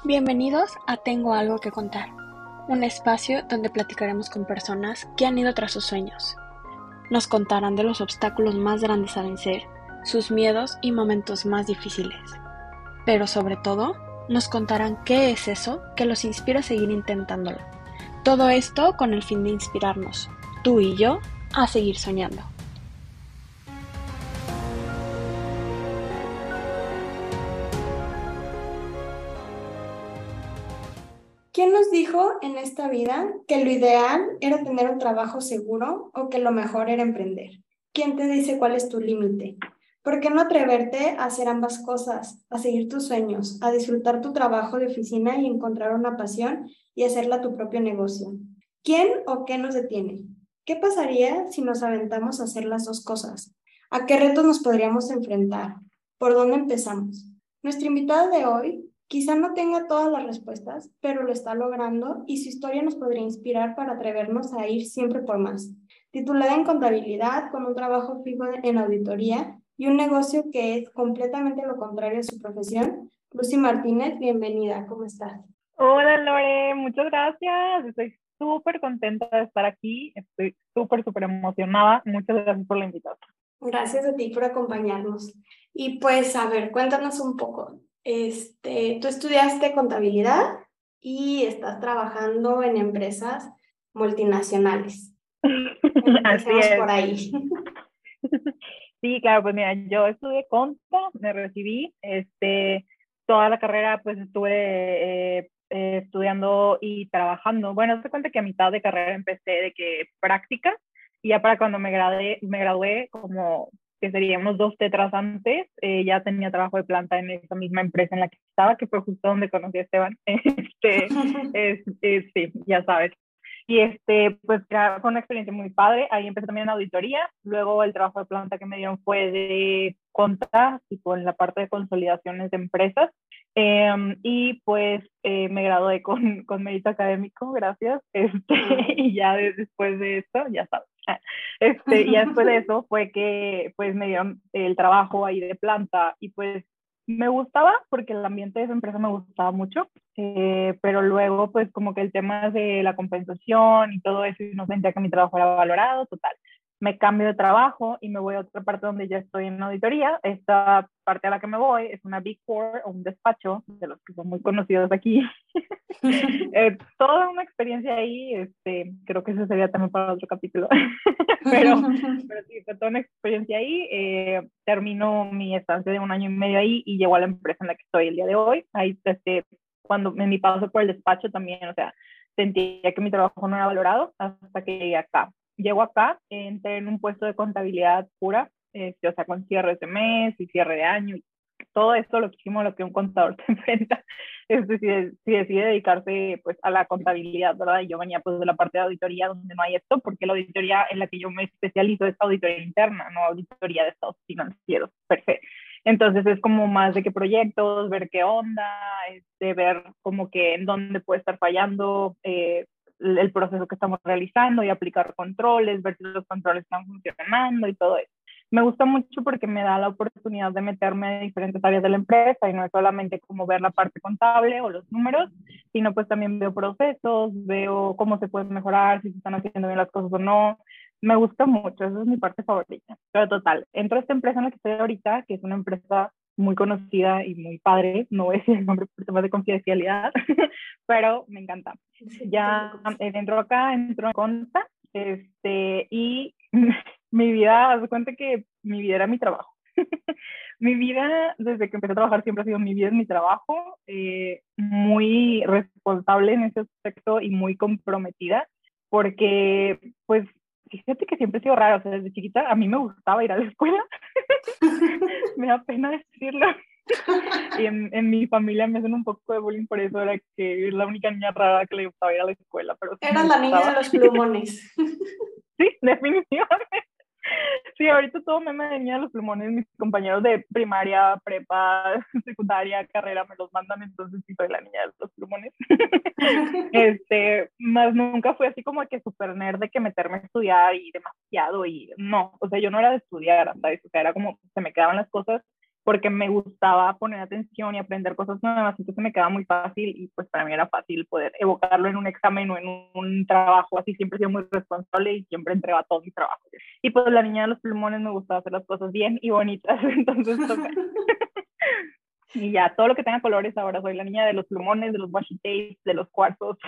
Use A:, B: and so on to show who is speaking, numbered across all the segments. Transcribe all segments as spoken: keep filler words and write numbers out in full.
A: Bienvenidos a Tengo algo que contar, un espacio donde platicaremos con personas que han ido tras sus sueños. Nos contarán de los obstáculos más grandes a vencer, sus miedos y momentos más difíciles. Pero sobre todo, nos contarán qué es eso que los inspira a seguir intentándolo. Todo esto con el fin de inspirarnos, tú y yo, a seguir soñando.
B: ¿Quién nos dijo en esta vida que lo ideal era tener un trabajo seguro o que lo mejor era emprender? ¿Quién te dice cuál es tu límite? ¿Por qué no atreverte a hacer ambas cosas, a seguir tus sueños, a disfrutar tu trabajo de oficina y encontrar una pasión y hacerla tu propio negocio? ¿Quién o qué nos detiene? ¿Qué pasaría si nos aventamos a hacer las dos cosas? ¿A qué retos nos podríamos enfrentar? ¿Por dónde empezamos? Nuestra invitada de hoy quizá no tenga todas las respuestas, pero lo está logrando y su historia nos podría inspirar para atrevernos a ir siempre por más. Titulada en contabilidad, con un trabajo fijo en auditoría y un negocio que es completamente lo contrario a su profesión, Lucy Martínez, bienvenida, ¿cómo estás?
C: Hola Lore, muchas gracias. Estoy súper contenta de estar aquí. Estoy súper, súper emocionada. Muchas gracias por la invitación.
B: Gracias a ti por acompañarnos. Y pues, a ver, cuéntanos un poco. Este, tú estudiaste contabilidad y estás trabajando en empresas multinacionales.
C: Así
B: Empecemos por
C: es.
B: ahí.
C: Sí, claro, pues mira, yo estudié conta, me recibí, este, toda la carrera pues estuve eh, eh, estudiando y trabajando. Bueno, te cuenta que a mitad de carrera empecé de que práctica y ya para cuando me gradué, me gradué como que sería unos dos tetras antes, eh, ya tenía trabajo de planta en esa misma empresa en la que estaba, que fue justo donde conocí a Esteban. Este, es, es, sí, ya sabes. Y este, pues fue una experiencia muy padre. Ahí empecé también en auditoría. Luego el trabajo de planta que me dieron fue de conta, tipo en la parte de consolidaciones de empresas. Eh, y pues eh, me gradué con, con mérito académico, gracias. Este, y ya de, después de esto, ya sabes. Este, ya después de eso fue que pues me dieron el trabajo ahí de planta y pues me gustaba porque el ambiente de esa empresa me gustaba mucho, eh, pero luego pues como que el tema de la compensación y todo eso, y no sentía que mi trabajo era valorado, total. Me cambio de trabajo y me voy a otra parte donde ya estoy en auditoría. Esta parte a la que me voy es una Big Four o un despacho de los que son muy conocidos aquí. eh, toda una experiencia ahí, este, creo que eso sería también para otro capítulo, pero, pero sí, fue toda una experiencia ahí. Eh, termino mi estancia de un año y medio ahí y llego a la empresa en la que estoy el día de hoy. Ahí, este, cuando en mi paso por el despacho también, o sea, sentía que mi trabajo no era valorado hasta que llegué acá. Llego acá, entré en un puesto de contabilidad pura, este, o sea, con cierres de mes y cierre de año, y todo esto lo que hicimos, lo que un contador se enfrenta, es decir, si decide dedicarse pues a la contabilidad, ¿verdad? Y yo venía pues de la parte de auditoría donde no hay esto, porque la auditoría en la que yo me especializo es auditoría interna, no auditoría de estados financieros, perfecto. Entonces es como más de qué proyectos, ver qué onda, este, ver como que en dónde puede estar fallando eh, el proceso que estamos realizando y aplicar controles, ver si los controles están funcionando y todo eso. Me gusta mucho porque me da la oportunidad de meterme en diferentes áreas de la empresa y no es solamente como ver la parte contable o los números, sino pues también veo procesos, veo cómo se pueden mejorar, si se están haciendo bien las cosas o no. Me gusta mucho, esa es mi parte favorita. Pero total, entro a esta empresa en la que estoy ahorita, que es una empresa muy conocida y muy padre, no voy a decir el nombre por temas de confidencialidad, pero me encanta.
B: Sí,
C: Ya entro acá, entro en conta, este, y mi vida, haz de cuenta que mi vida era mi trabajo. Mi vida, desde que empecé a trabajar, siempre ha sido mi vida, es mi trabajo, eh, muy responsable en ese aspecto y muy comprometida, porque, pues, fíjate que siempre he sido rara, o sea, desde chiquita a mí me gustaba ir a la escuela, me da pena decirlo, y en, en mi familia me hacen un poco de bullying por eso, era que es la única niña rara que le gustaba ir a la escuela, pero sí me
B: Eras la niña de
C: gustaba.
B: los plumones.
C: Sí, definitivamente. Sí, ahorita todo meme de niña de los plumones, mis compañeros de primaria, prepa, secundaria, carrera me los mandan, entonces sí soy la niña de los plumones. Este, más nunca fue así como que súper nerd de que meterme a estudiar y demasiado y no, o sea, yo no era de estudiar, ¿sabes? O sea, era como se me quedaban las cosas porque me gustaba poner atención y aprender cosas nuevas, entonces me quedaba muy fácil y pues para mí era fácil poder evocarlo en un examen o en un, un trabajo, así siempre he sido muy responsable y siempre entregaba todo mi trabajo. Y pues la niña de los plumones me gustaba hacer las cosas bien y bonitas, entonces toca. Y ya, todo lo que tenga colores ahora, soy la niña de los plumones, de los washi tapes, de los cuarzos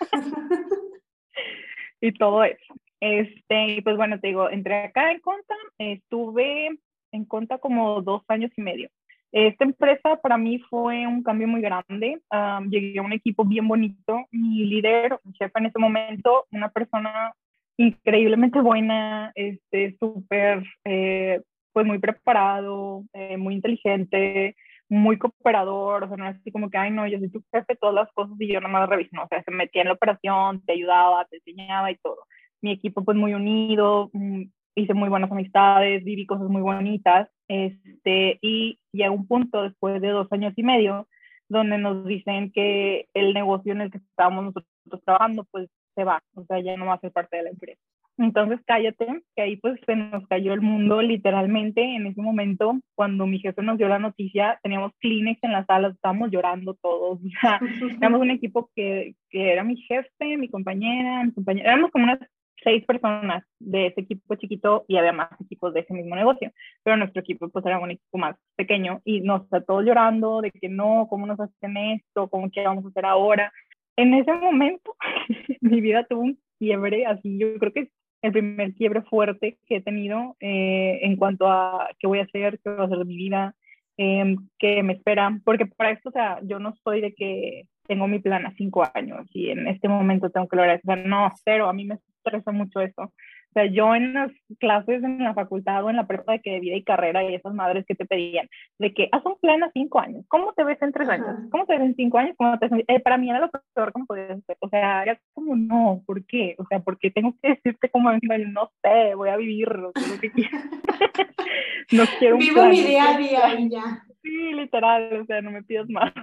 C: y todo eso. Este, y pues bueno, te digo, entré acá en Conta, estuve en Conta como dos años y medio. Esta empresa para mí fue un cambio muy grande. Um, llegué a un equipo bien bonito. Mi líder, mi jefe en ese momento, una persona increíblemente buena, este, súper, eh, pues muy preparado, eh, muy inteligente, muy cooperador, o sea, no es así como que, ay, no, yo soy tu jefe, todas las cosas y yo nada más reviso, no, o sea, se metía en la operación, te ayudaba, te enseñaba y todo. Mi equipo pues muy unido, hice muy buenas amistades, viví cosas muy bonitas, este, y llega un punto después de dos años y medio donde nos dicen que el negocio en el que estábamos nosotros trabajando pues se va, o sea, ya no va a ser parte de la empresa. Entonces cállate, que ahí pues se nos cayó el mundo literalmente en ese momento. Cuando mi jefe nos dio la noticia, teníamos Kleenex en la sala, estábamos llorando todos, o sea, éramos un equipo que, que era mi jefe, mi compañera, mi compañera, éramos como unas seis personas de ese equipo chiquito y había más equipos de ese mismo negocio, pero nuestro equipo pues era un equipo más pequeño y nos está todos llorando de que no, cómo nos hacen esto, cómo qué vamos a hacer ahora. En ese momento mi vida tuvo un quiebre, así yo creo que el primer quiebre fuerte que he tenido eh, en cuanto a qué voy a hacer, qué voy a hacer de mi vida, eh, qué me espera, porque para esto, o sea, yo no soy de que tengo mi plan a cinco años y en este momento tengo que lograr eso, o sea, no, cero, a mí me estresa mucho eso. O sea, yo en las clases en la facultad o en la prepa de que de vida y carrera y esas madres que te pedían, de que haz un plan a cinco años, ¿cómo te ves en tres años? ¿Cómo te ves en cinco años? ¿Cómo te ves en... eh, para mí era lo peor que me podías hacer, o sea, era como, no, ¿por qué? O sea, porque tengo que decirte como, no sé, voy a vivir lo que quiero. No quiero un
B: Vivo
C: plan,
B: mi
C: no
B: día a
C: quiero
B: día y ya.
C: Sí, literal, o sea, no me pidas más.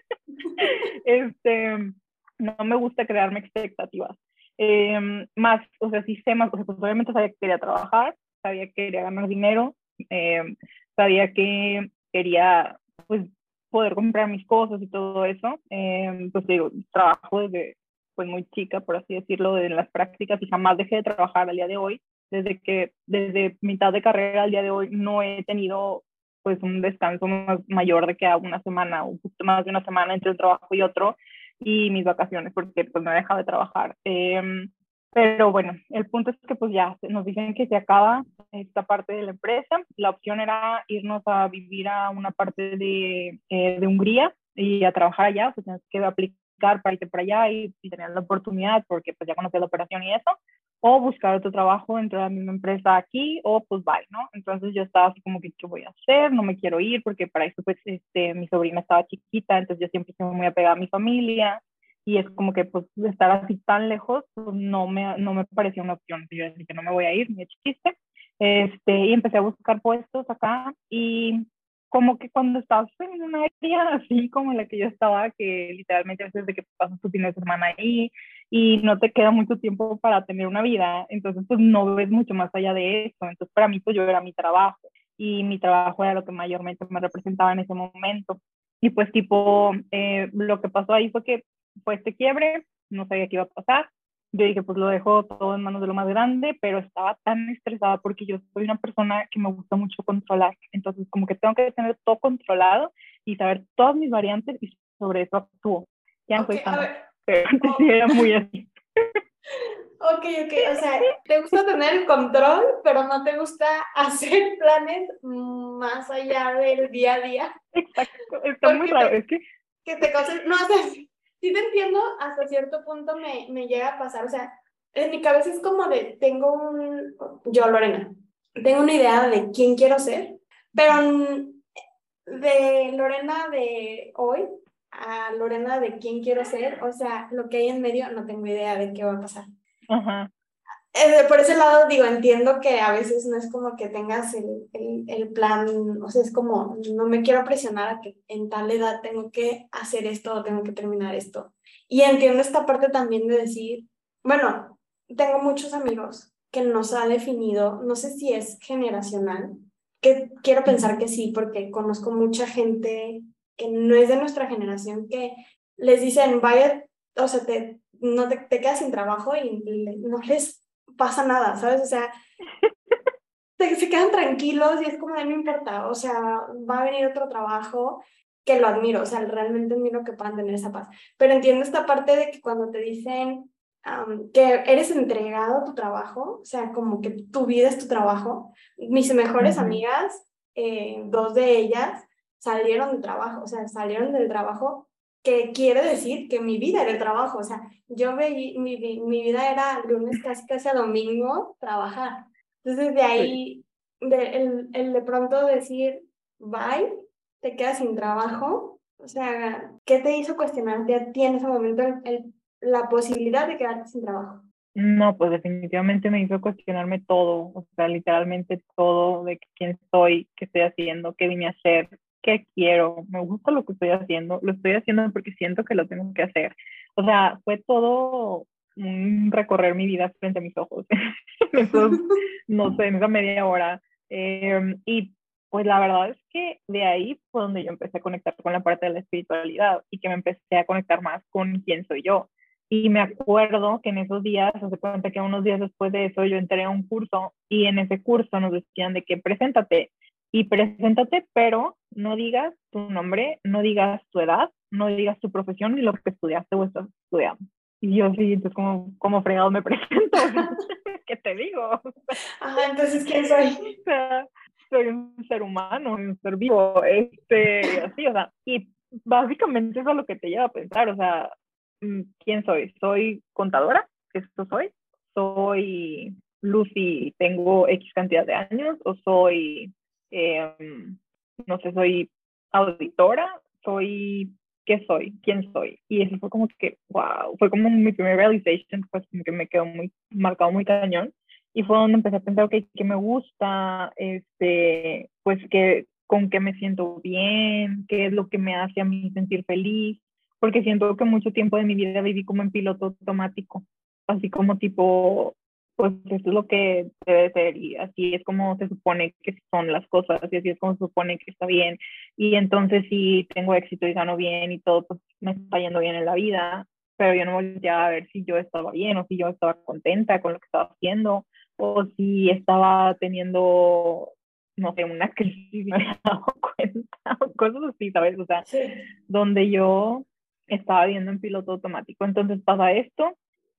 C: este, no me gusta crearme expectativas. Eh, más, o sea, sí sé más, o sea, pues obviamente sabía que quería trabajar, sabía que quería ganar dinero, eh, sabía que quería, pues, poder comprar mis cosas y todo eso. Eh, pues digo, trabajo desde, pues, muy chica, por así decirlo, en las prácticas y jamás dejé de trabajar al día de hoy. Desde que, desde mitad de carrera al día de hoy no he tenido pues un descanso más, mayor de que a una semana, un poquito más de una semana entre un trabajo y otro, y mis vacaciones, porque pues no he dejado de trabajar. Eh, pero bueno, el punto es que pues ya nos dicen que se acaba esta parte de la empresa. La opción era irnos a vivir a una parte de, eh, de Hungría y a trabajar allá, pues tienes que aplicar para irte para allá y, y tener la oportunidad porque pues ya conocía la operación y eso, o buscar otro trabajo dentro de la misma empresa aquí, o pues bye, ¿no? Entonces yo estaba así como que, ¿qué voy a hacer? No me quiero ir porque para eso pues este, mi sobrina estaba chiquita, entonces yo siempre estoy muy apegada a mi familia, y es como que pues estar así tan lejos, pues no me, no me parecía una opción. Yo decía que no me voy a ir, ni de chiste. Este, y empecé a buscar puestos acá, y como que cuando estás en una área así como en la que yo estaba, que literalmente a veces de que pasas tu fin de semana ahí y no te queda mucho tiempo para tener una vida, entonces pues no ves mucho más allá de eso. Entonces para mí pues yo era mi trabajo y mi trabajo era lo que mayormente me representaba en ese momento. Y pues tipo, eh, lo que pasó ahí fue que fue este quiebre, no sabía qué iba a pasar. Yo dije, pues lo dejo todo en manos de lo más grande, pero estaba tan estresada porque yo soy una persona que me gusta mucho controlar. Entonces, como que tengo que tener todo controlado y saber todas mis variantes y sobre eso actúo. Ya no
B: okay,
C: soy tan,
B: a ver.
C: pero antes
B: Oh.
C: sí era muy así.
B: Ok, ok, o sea, te gusta tener el control, pero no te gusta hacer planes más allá del día a día.
C: Exacto, está muy
B: Porque
C: raro.
B: te,
C: Es que
B: que te causen, no, o sea, sí, sí te entiendo, hasta cierto punto me, me llega a pasar, o sea, en mi cabeza es como de, tengo un, yo Lorena, tengo una idea de quién quiero ser, pero de Lorena de hoy a Lorena de quién quiero ser, o sea, lo que hay en medio no tengo idea de qué va a pasar.
C: Ajá.
B: Eh, por ese lado, digo, entiendo que a veces no es como que tengas el, el, el plan, o sea, es como, no me quiero presionar a que en tal edad tengo que hacer esto o tengo que terminar esto. Y entiendo esta parte también de decir, bueno, tengo muchos amigos que nos ha definido, no sé si es generacional, que quiero pensar que sí, porque conozco mucha gente que no es de nuestra generación que les dicen, vaya, o sea, te, no te, te quedas sin trabajo y le, no les pasa nada, ¿sabes? O sea, te, se quedan tranquilos y es como, de no importa, o sea, va a venir otro trabajo que lo admiro, o sea, realmente admiro que puedan tener esa paz. Pero entiendo esta parte de que cuando te dicen um, que eres entregado a tu trabajo, o sea, como que tu vida es tu trabajo. Mis mejores
C: Ujú.
B: amigas, eh, dos de ellas, salieron de trabajo, o sea, salieron del trabajo, que quiere decir que mi vida era el trabajo, o sea, yo veía, mi, mi vida era lunes casi casi a domingo trabajar. Entonces de
C: Sí.
B: ahí, de, el, el de pronto decir, bye, te quedas sin trabajo, o sea, ¿qué te hizo cuestionarte a ti en ese momento el, el, la posibilidad de quedarte sin trabajo?
C: No, pues definitivamente me hizo cuestionarme todo, o sea, literalmente todo de quién soy, qué estoy haciendo, qué vine a hacer, qué quiero, me gusta lo que estoy haciendo, lo estoy haciendo porque siento que lo tengo que hacer. O sea, fue todo un recorrer mi vida frente a mis ojos, en esos, no sé, en esa media hora. Eh, y pues la verdad es que de ahí fue donde yo empecé a conectar con la parte de la espiritualidad y que me empecé a conectar más con quién soy yo. Y me acuerdo que en esos días, se cuenta que unos días después de eso yo entré a un curso y en ese curso nos decían de que preséntate y preséntate, pero no digas tu nombre, no digas tu edad, no digas tu profesión ni lo que estudiaste o estás estudiando. Y yo sí, entonces como, como fregado me presento, o sea, ¿qué te digo?
B: Ajá, entonces, ¿quién soy?
C: O sea, soy un ser humano, un ser vivo, este, así, o sea, y básicamente eso es lo que te lleva a pensar, o sea, ¿quién soy? ¿Soy contadora? ¿Esto soy? ¿Soy Lucy, tengo X cantidad de años? ¿O soy, eh, no sé, soy auditora? ¿Soy, qué soy? ¿Quién soy? Y eso fue como que, wow, fue como mi primer realization, pues como que me quedó muy marcado, muy cañón. Y fue donde empecé a pensar, ok, ¿qué me gusta? Este, pues que, con qué me siento bien, qué es lo que me hace a mí sentir feliz, porque siento que mucho tiempo de mi vida viví como en piloto automático, así como tipo, pues esto es lo que debe ser y así es como se supone que son las cosas y así es como se supone que está bien. Y entonces si tengo éxito y gano bien y todo, pues me está yendo bien en la vida, pero yo no volteaba a ver si yo estaba bien o si yo estaba contenta con lo que estaba haciendo o si estaba teniendo, no sé, una crisis, me había dado cuenta, o cosas así, ¿sabes? O sea,
B: Sí.
C: donde yo estaba viendo en piloto automático. Entonces pasa esto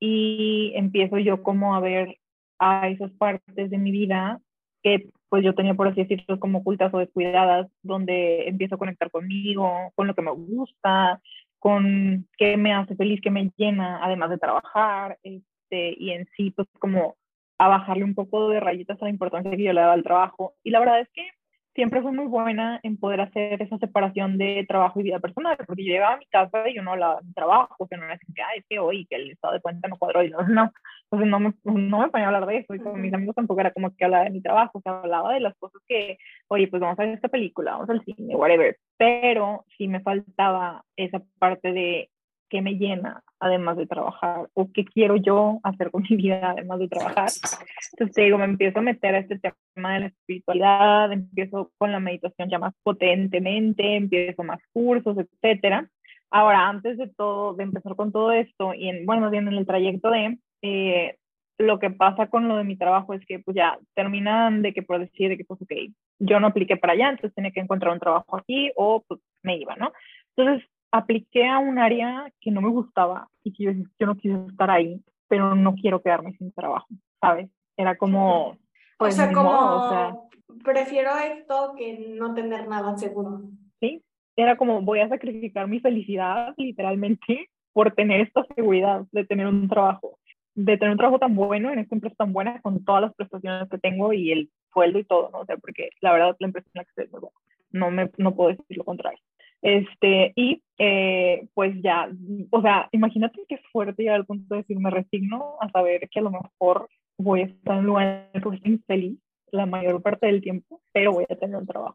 C: y empiezo yo como a ver a esas partes de mi vida que pues yo tenía, por así decirlo, como ocultas o descuidadas, donde empiezo a conectar conmigo, con lo que me gusta, con qué me hace feliz, qué me llena, además de trabajar, este, y en sí, pues como a bajarle un poco de rayitas a la importancia que yo le daba al trabajo. Y la verdad es que siempre fui muy buena en poder hacer esa separación de trabajo y vida personal, porque yo llegaba a mi casa y yo no hablaba de mi trabajo, que no era así que, ay, es que hoy que el estado de cuenta no cuadró, y no, no, entonces no me, no me ponía a hablar de eso, y con mis
B: Uh-huh.
C: amigos tampoco era como que hablaba de mi trabajo, se hablaba de las cosas que, oye, pues vamos a ver esta película, vamos al cine, whatever, pero sí me faltaba esa parte de qué me llena además de trabajar, o qué quiero yo hacer con mi vida además de trabajar. Entonces te digo, me empiezo a meter a este tema de la espiritualidad, empiezo con la meditación ya más potentemente, empiezo más cursos, etcétera. Ahora, antes de todo, de empezar con todo esto, y en, bueno, bien en el trayecto de, eh, lo que pasa con lo de mi trabajo es que pues ya terminan de que por decir de que pues ok, yo no apliqué para allá, entonces tenía que encontrar un trabajo aquí o pues me iba, ¿no? Entonces apliqué a un área que no me gustaba y que yo, yo no quise estar ahí, pero no quiero quedarme sin trabajo, ¿sabes? Era como,
B: O
C: pues
B: sea,
C: ni modo, o sea,
B: como prefiero esto que no tener nada seguro.
C: ¿sí? Era como voy a sacrificar mi felicidad literalmente por tener esta seguridad de tener un trabajo, de tener un trabajo tan bueno en esta empresa tan buena con todas las prestaciones que tengo y el sueldo y todo, ¿no? O sea, porque la verdad la empresa en la que estoy es muy buena, no, me, no puedo decir lo contrario. Este, y eh, pues ya, o sea, imagínate qué fuerte llegar al punto de decir, me resigno a saber que a lo mejor voy a estar en un lugar en el que estoy infeliz la mayor parte del tiempo, pero voy a tener un trabajo.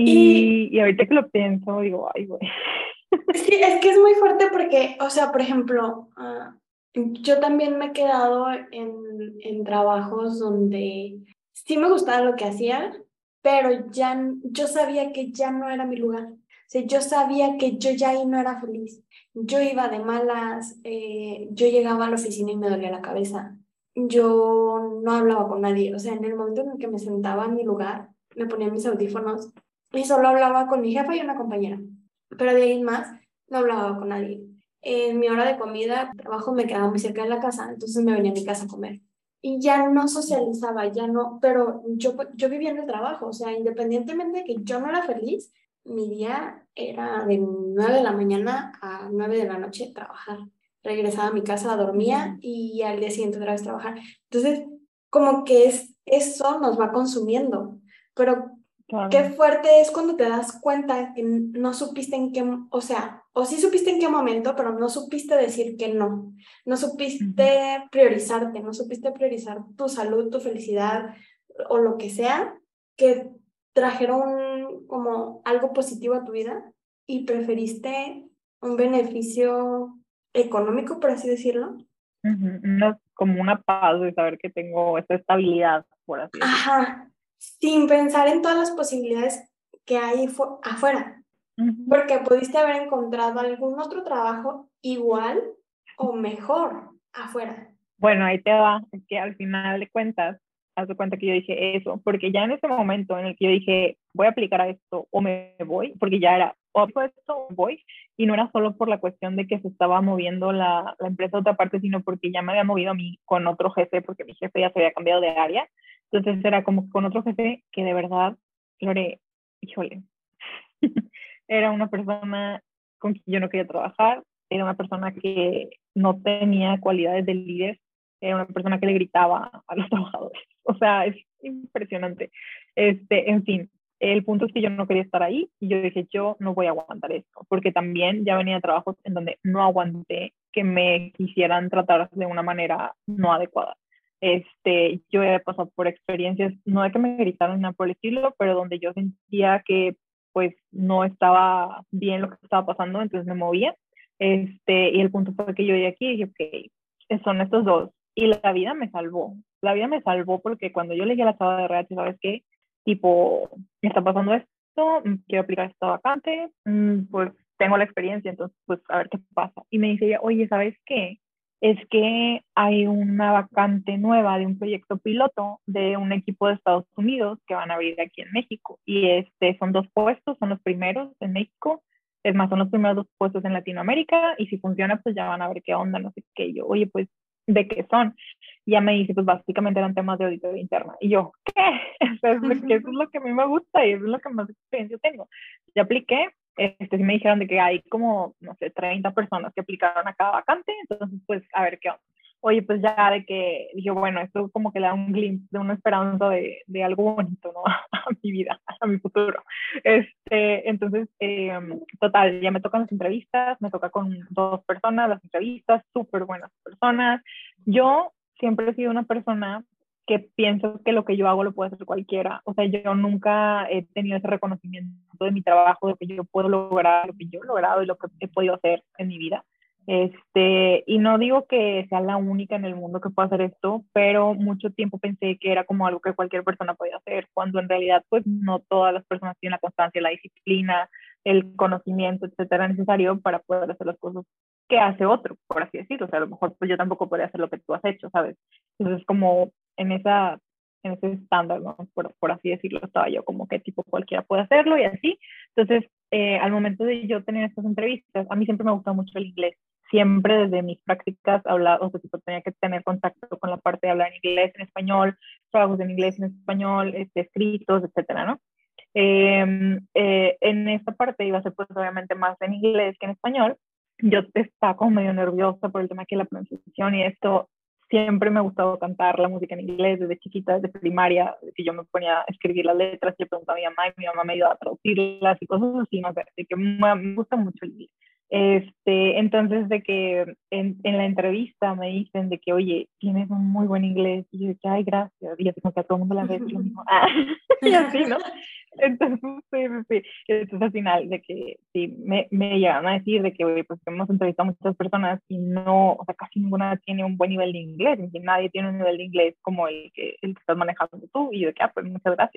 B: Y
C: Y, y ahorita que lo pienso, digo, ay, güey.
B: sí, es que es muy fuerte porque, o sea, por ejemplo, uh, yo también me he quedado en, en trabajos donde sí me gustaba lo que hacía, pero ya n- yo sabía que ya no era mi lugar. O sea, yo sabía que yo ya ahí no era feliz. Yo iba de malas, eh, yo llegaba a la oficina y me dolía la cabeza. Yo no hablaba con nadie. O sea, en el momento en el que me sentaba en mi lugar, me ponía mis audífonos y solo hablaba con mi jefa y una compañera. Pero de ahí en más, no hablaba con nadie. En mi hora de comida, trabajo me quedaba muy cerca de la casa, entonces me venía a mi casa a comer. Y ya no socializaba, ya no, pero yo, yo vivía en el trabajo, o sea, independientemente de que yo no era feliz, mi día era de nueve de la mañana a nueve de la noche trabajar. Regresaba a mi casa, dormía y al día siguiente otra vez trabajar. Entonces, como que es, eso nos va consumiendo, pero qué
C: Claro.
B: fuerte es cuando te das cuenta que no supiste en qué, o sea, o sí supiste en qué momento, pero no supiste decir que no. No
C: Ujú.
B: supiste priorizarte, no supiste priorizar tu salud, tu felicidad o lo que sea que trajeron como algo positivo a tu vida y preferiste un beneficio económico, por así decirlo.
C: Ujú. No, como una paz de saber que tengo esta estabilidad, por así decirlo.
B: Ajá, sin pensar en todas las posibilidades que hay fu- afuera.
C: Ujú.
B: Porque pudiste haber encontrado algún otro trabajo igual o mejor afuera.
C: Bueno, ahí te va, es que al final de cuentas, haz de cuenta que yo dije eso, porque ya en ese momento en el que yo dije, voy a aplicar a esto o me voy, porque ya era, o aplico a esto o voy, y no era solo por la cuestión de que se estaba moviendo la, la empresa a otra parte, sino porque ya me había movido a mí con otro jefe, porque mi jefe ya se había cambiado de área, entonces era como con otro jefe que de verdad, Lore, híjole, era una persona con quien yo no quería trabajar, era una persona que no tenía cualidades de líder, era una persona que le gritaba a los trabajadores. O sea, es impresionante. Este, en fin, el punto es que yo no quería estar ahí y yo dije, yo no voy a aguantar esto, porque también ya venía de trabajos en donde no aguanté que me quisieran tratar de una manera no adecuada. Este, yo he pasado por experiencias, no de que me gritaron nada por el estilo, pero donde yo sentía que pues no estaba bien lo que estaba pasando, entonces me movía. Este, y el punto fue que yo llegué aquí y dije, ok, son estos dos. Y la vida me salvó. La vida me salvó porque cuando yo le dije a la chava de R H, ¿sabes qué? Tipo, me está pasando esto, quiero aplicar esta vacante, pues tengo la experiencia, entonces pues a ver qué pasa. Y me dice ella, oye, ¿sabes qué? Es que hay una vacante nueva de un proyecto piloto de un equipo de Estados Unidos que van a abrir aquí en México. Y este son dos puestos, son los primeros en México. Es más, son los primeros dos puestos en Latinoamérica y si funciona, pues ya van a ver qué onda, no sé qué. Y yo, oye, pues, ¿de qué son? Y ya me dice, pues básicamente eran temas de auditoría interna. Y yo, ¿qué? Eso es, lo que, eso es lo que a mí me gusta y eso es lo que más experiencia tengo. Ya apliqué, este, sí me dijeron de que hay como, no sé, treinta personas que aplicaron a cada vacante, entonces pues a ver qué onda. Oye, pues ya de que dije, bueno, esto como que le da un glimpse de una esperanza de, de algo bonito, ¿no? A mi vida, a mi futuro. Este, entonces, eh, total, ya me tocan las entrevistas, me toca con dos personas, las entrevistas, súper buenas personas. Yo siempre he sido una persona que pienso que lo que yo hago lo puede hacer cualquiera. O sea, yo nunca he tenido ese reconocimiento de mi trabajo, de que yo puedo lograr lo que yo he logrado y lo que he podido hacer en mi vida. Este, y no digo que sea la única en el mundo que pueda hacer esto, pero mucho tiempo pensé que era como algo que cualquier persona podía hacer, cuando en realidad pues no todas las personas tienen la constancia, la disciplina, el conocimiento, etcétera, necesario para poder hacer las cosas que hace otro, por así decirlo. O sea, a lo mejor pues yo tampoco podría hacer lo que tú has hecho, ¿sabes? Entonces como en esa en ese estándar, ¿no? Por, por así decirlo, estaba yo como que tipo cualquiera puede hacerlo y así. Entonces, eh, al momento de yo tener estas entrevistas, a mí siempre me gustó mucho el inglés. Siempre desde mis prácticas hablaba, o sea, tipo, tenía que tener contacto con la parte de hablar en inglés, en español, trabajos en inglés, en español, este, escritos, etcétera, ¿no? Eh, eh, en esta parte iba a ser pues obviamente más en inglés que en español. Yo estaba como medio nerviosa por el tema que la pronunciación y esto. Siempre me ha gustado cantar la música en inglés desde chiquita, desde primaria, que yo me ponía a escribir las letras y le preguntaba a mi mamá y mi mamá me ayudaba a traducirlas y cosas así, no sé, de que me, me gusta mucho el inglés. Este, entonces de que en, en la entrevista me dicen de que, oye, tienes un muy buen inglés, y yo de que, ay, gracias, y así como que a todo el mundo le hace lo mismo, ah, y así, ¿no? Entonces, sí, sí, sí. Entonces al final de que sí, me, me llegaron a decir de que, oye, pues hemos entrevistado a muchas personas y no, o sea, casi ninguna tiene un buen nivel de inglés, ni nadie tiene un nivel de inglés como el que, el que estás manejando tú, y yo de que, ah, pues muchas gracias.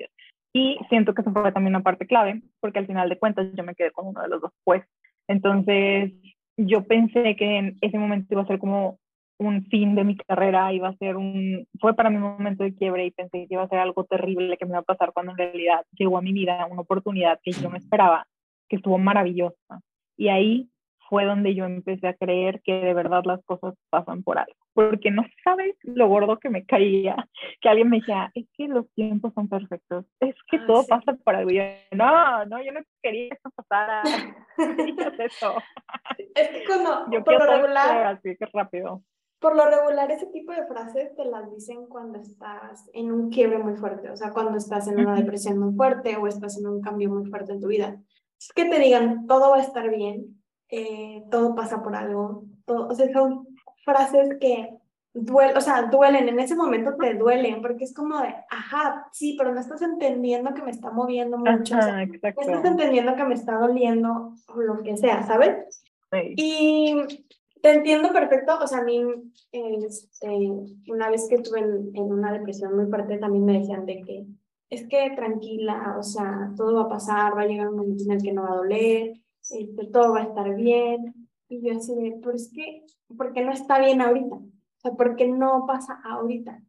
C: Y siento que eso fue también una parte clave, porque al final de cuentas yo me quedé con uno de los dos, pues. Entonces, yo pensé que en ese momento iba a ser como un fin de mi carrera, iba a ser un, fue para mí un momento de quiebre y pensé que iba a ser algo terrible que me iba a pasar cuando en realidad llegó a mi vida una oportunidad que yo no esperaba, que estuvo maravillosa. Y ahí fue donde yo empecé a creer que de verdad las cosas pasan por algo, porque no sabes lo gordo que me caía, que alguien me decía, es que los tiempos son perfectos, es que
B: Ah,
C: todo
B: sí.
C: pasa por algo. Y yo, no, no, yo no quería que esto pasara, querías eso.
B: Es que cuando,
C: Yo
B: por
C: quiero
B: lo
C: todo
B: regular,
C: así que rápido.
B: por lo regular, ese tipo de frases te las dicen cuando estás en un quiebre muy fuerte, o sea, cuando estás en una depresión muy fuerte o estás en un cambio muy fuerte en tu vida. Es que te digan, todo va a estar bien, eh, todo pasa por algo, todo, o sea, son frases que duelen, o sea, duelen, en ese momento te duelen, porque es como de, ajá, sí, pero no estás entendiendo que me está moviendo mucho, o sea,
C: Ajá,
B: no estás
C: exacto.
B: entendiendo que me está doliendo o lo que sea, ¿sabes?
C: Sí.
B: Y te entiendo perfecto, o sea, a mí, este, una vez que estuve en, en una depresión muy fuerte, también me decían de que es que tranquila, o sea, todo va a pasar, va a llegar un momento en el que no va a doler, este, todo va a estar bien. Y yo así de, pero es que, ¿por qué no está bien ahorita? O sea, ¿por qué no pasa ahorita?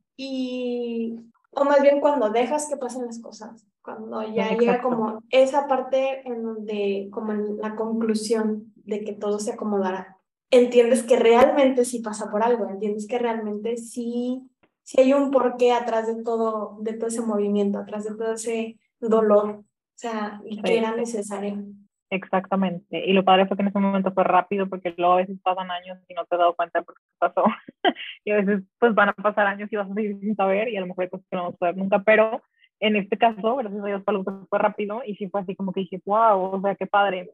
B: Y, o más bien cuando dejas que pasen las cosas, cuando ya llega
C: Exacto.
B: como esa parte en donde, como en la conclusión de que todo se acomodará, entiendes que realmente sí pasa por algo, entiendes que realmente sí, sí hay un porqué atrás de todo, de todo ese movimiento, atrás de todo ese dolor, o sea, y que
C: Sí.
B: era necesario.
C: Exactamente. Y lo padre fue que en ese momento fue rápido, porque luego a veces pasan años y no te has dado cuenta de por qué pasó. Y a veces pues van a pasar años y vas a seguir sin saber y a lo mejor hay cosas que no vamos a saber nunca, pero en este caso, gracias a Dios, fue algo que fue rápido y sí fue así como que dije, wow, o sea, qué padre.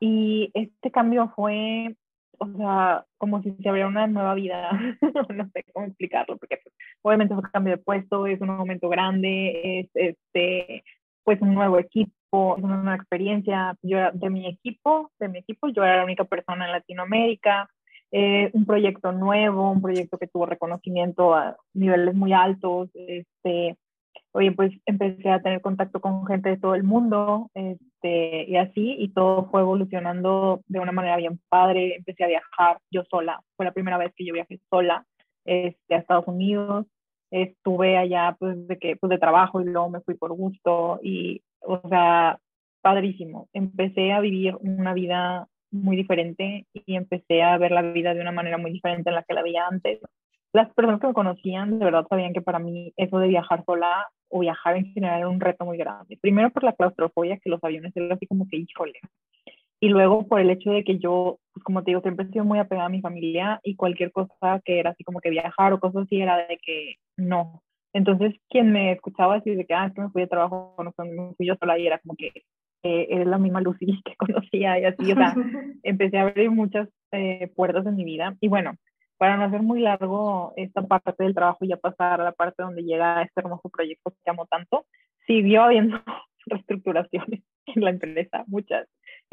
C: Y este cambio fue, o sea, como si se abriera una nueva vida. No sé cómo explicarlo, porque pues, obviamente fue un cambio de puesto, es un momento grande, es este, pues un nuevo equipo, es una nueva experiencia. Yo era de mi equipo, de mi equipo, yo era la única persona en Latinoamérica, eh, un proyecto nuevo, un proyecto que tuvo reconocimiento a niveles muy altos. Este, oye, pues empecé a tener contacto con gente de todo el mundo, este, y así, y todo fue evolucionando de una manera bien padre. Empecé a viajar yo sola, fue la primera vez que yo viajé sola, este, a Estados Unidos. Estuve allá pues de que pues de trabajo y luego me fui por gusto y o sea, padrísimo. Empecé a vivir una vida muy diferente y empecé a ver la vida de una manera muy diferente en la que la veía antes. Las personas que me conocían de verdad sabían que para mí eso de viajar sola o viajar en general era un reto muy grande. Primero por la claustrofobia, que los aviones eran así como que, híjole. Y luego por el hecho de que yo, pues como te digo, siempre he sido muy apegada a mi familia y cualquier cosa que era así como que viajar o cosas así era de que no. Entonces, quien me escuchaba decir de que, ah, es que me fui de trabajo, no, me fui yo sola y era como que eh, eres la misma Lucy que conocía y así, o sea, empecé a abrir muchas eh, puertas en mi vida. Y bueno, para no hacer muy largo esta parte del trabajo y ya pasar a la parte donde llega este hermoso proyecto que amo tanto, siguió habiendo reestructuraciones en la empresa, muchas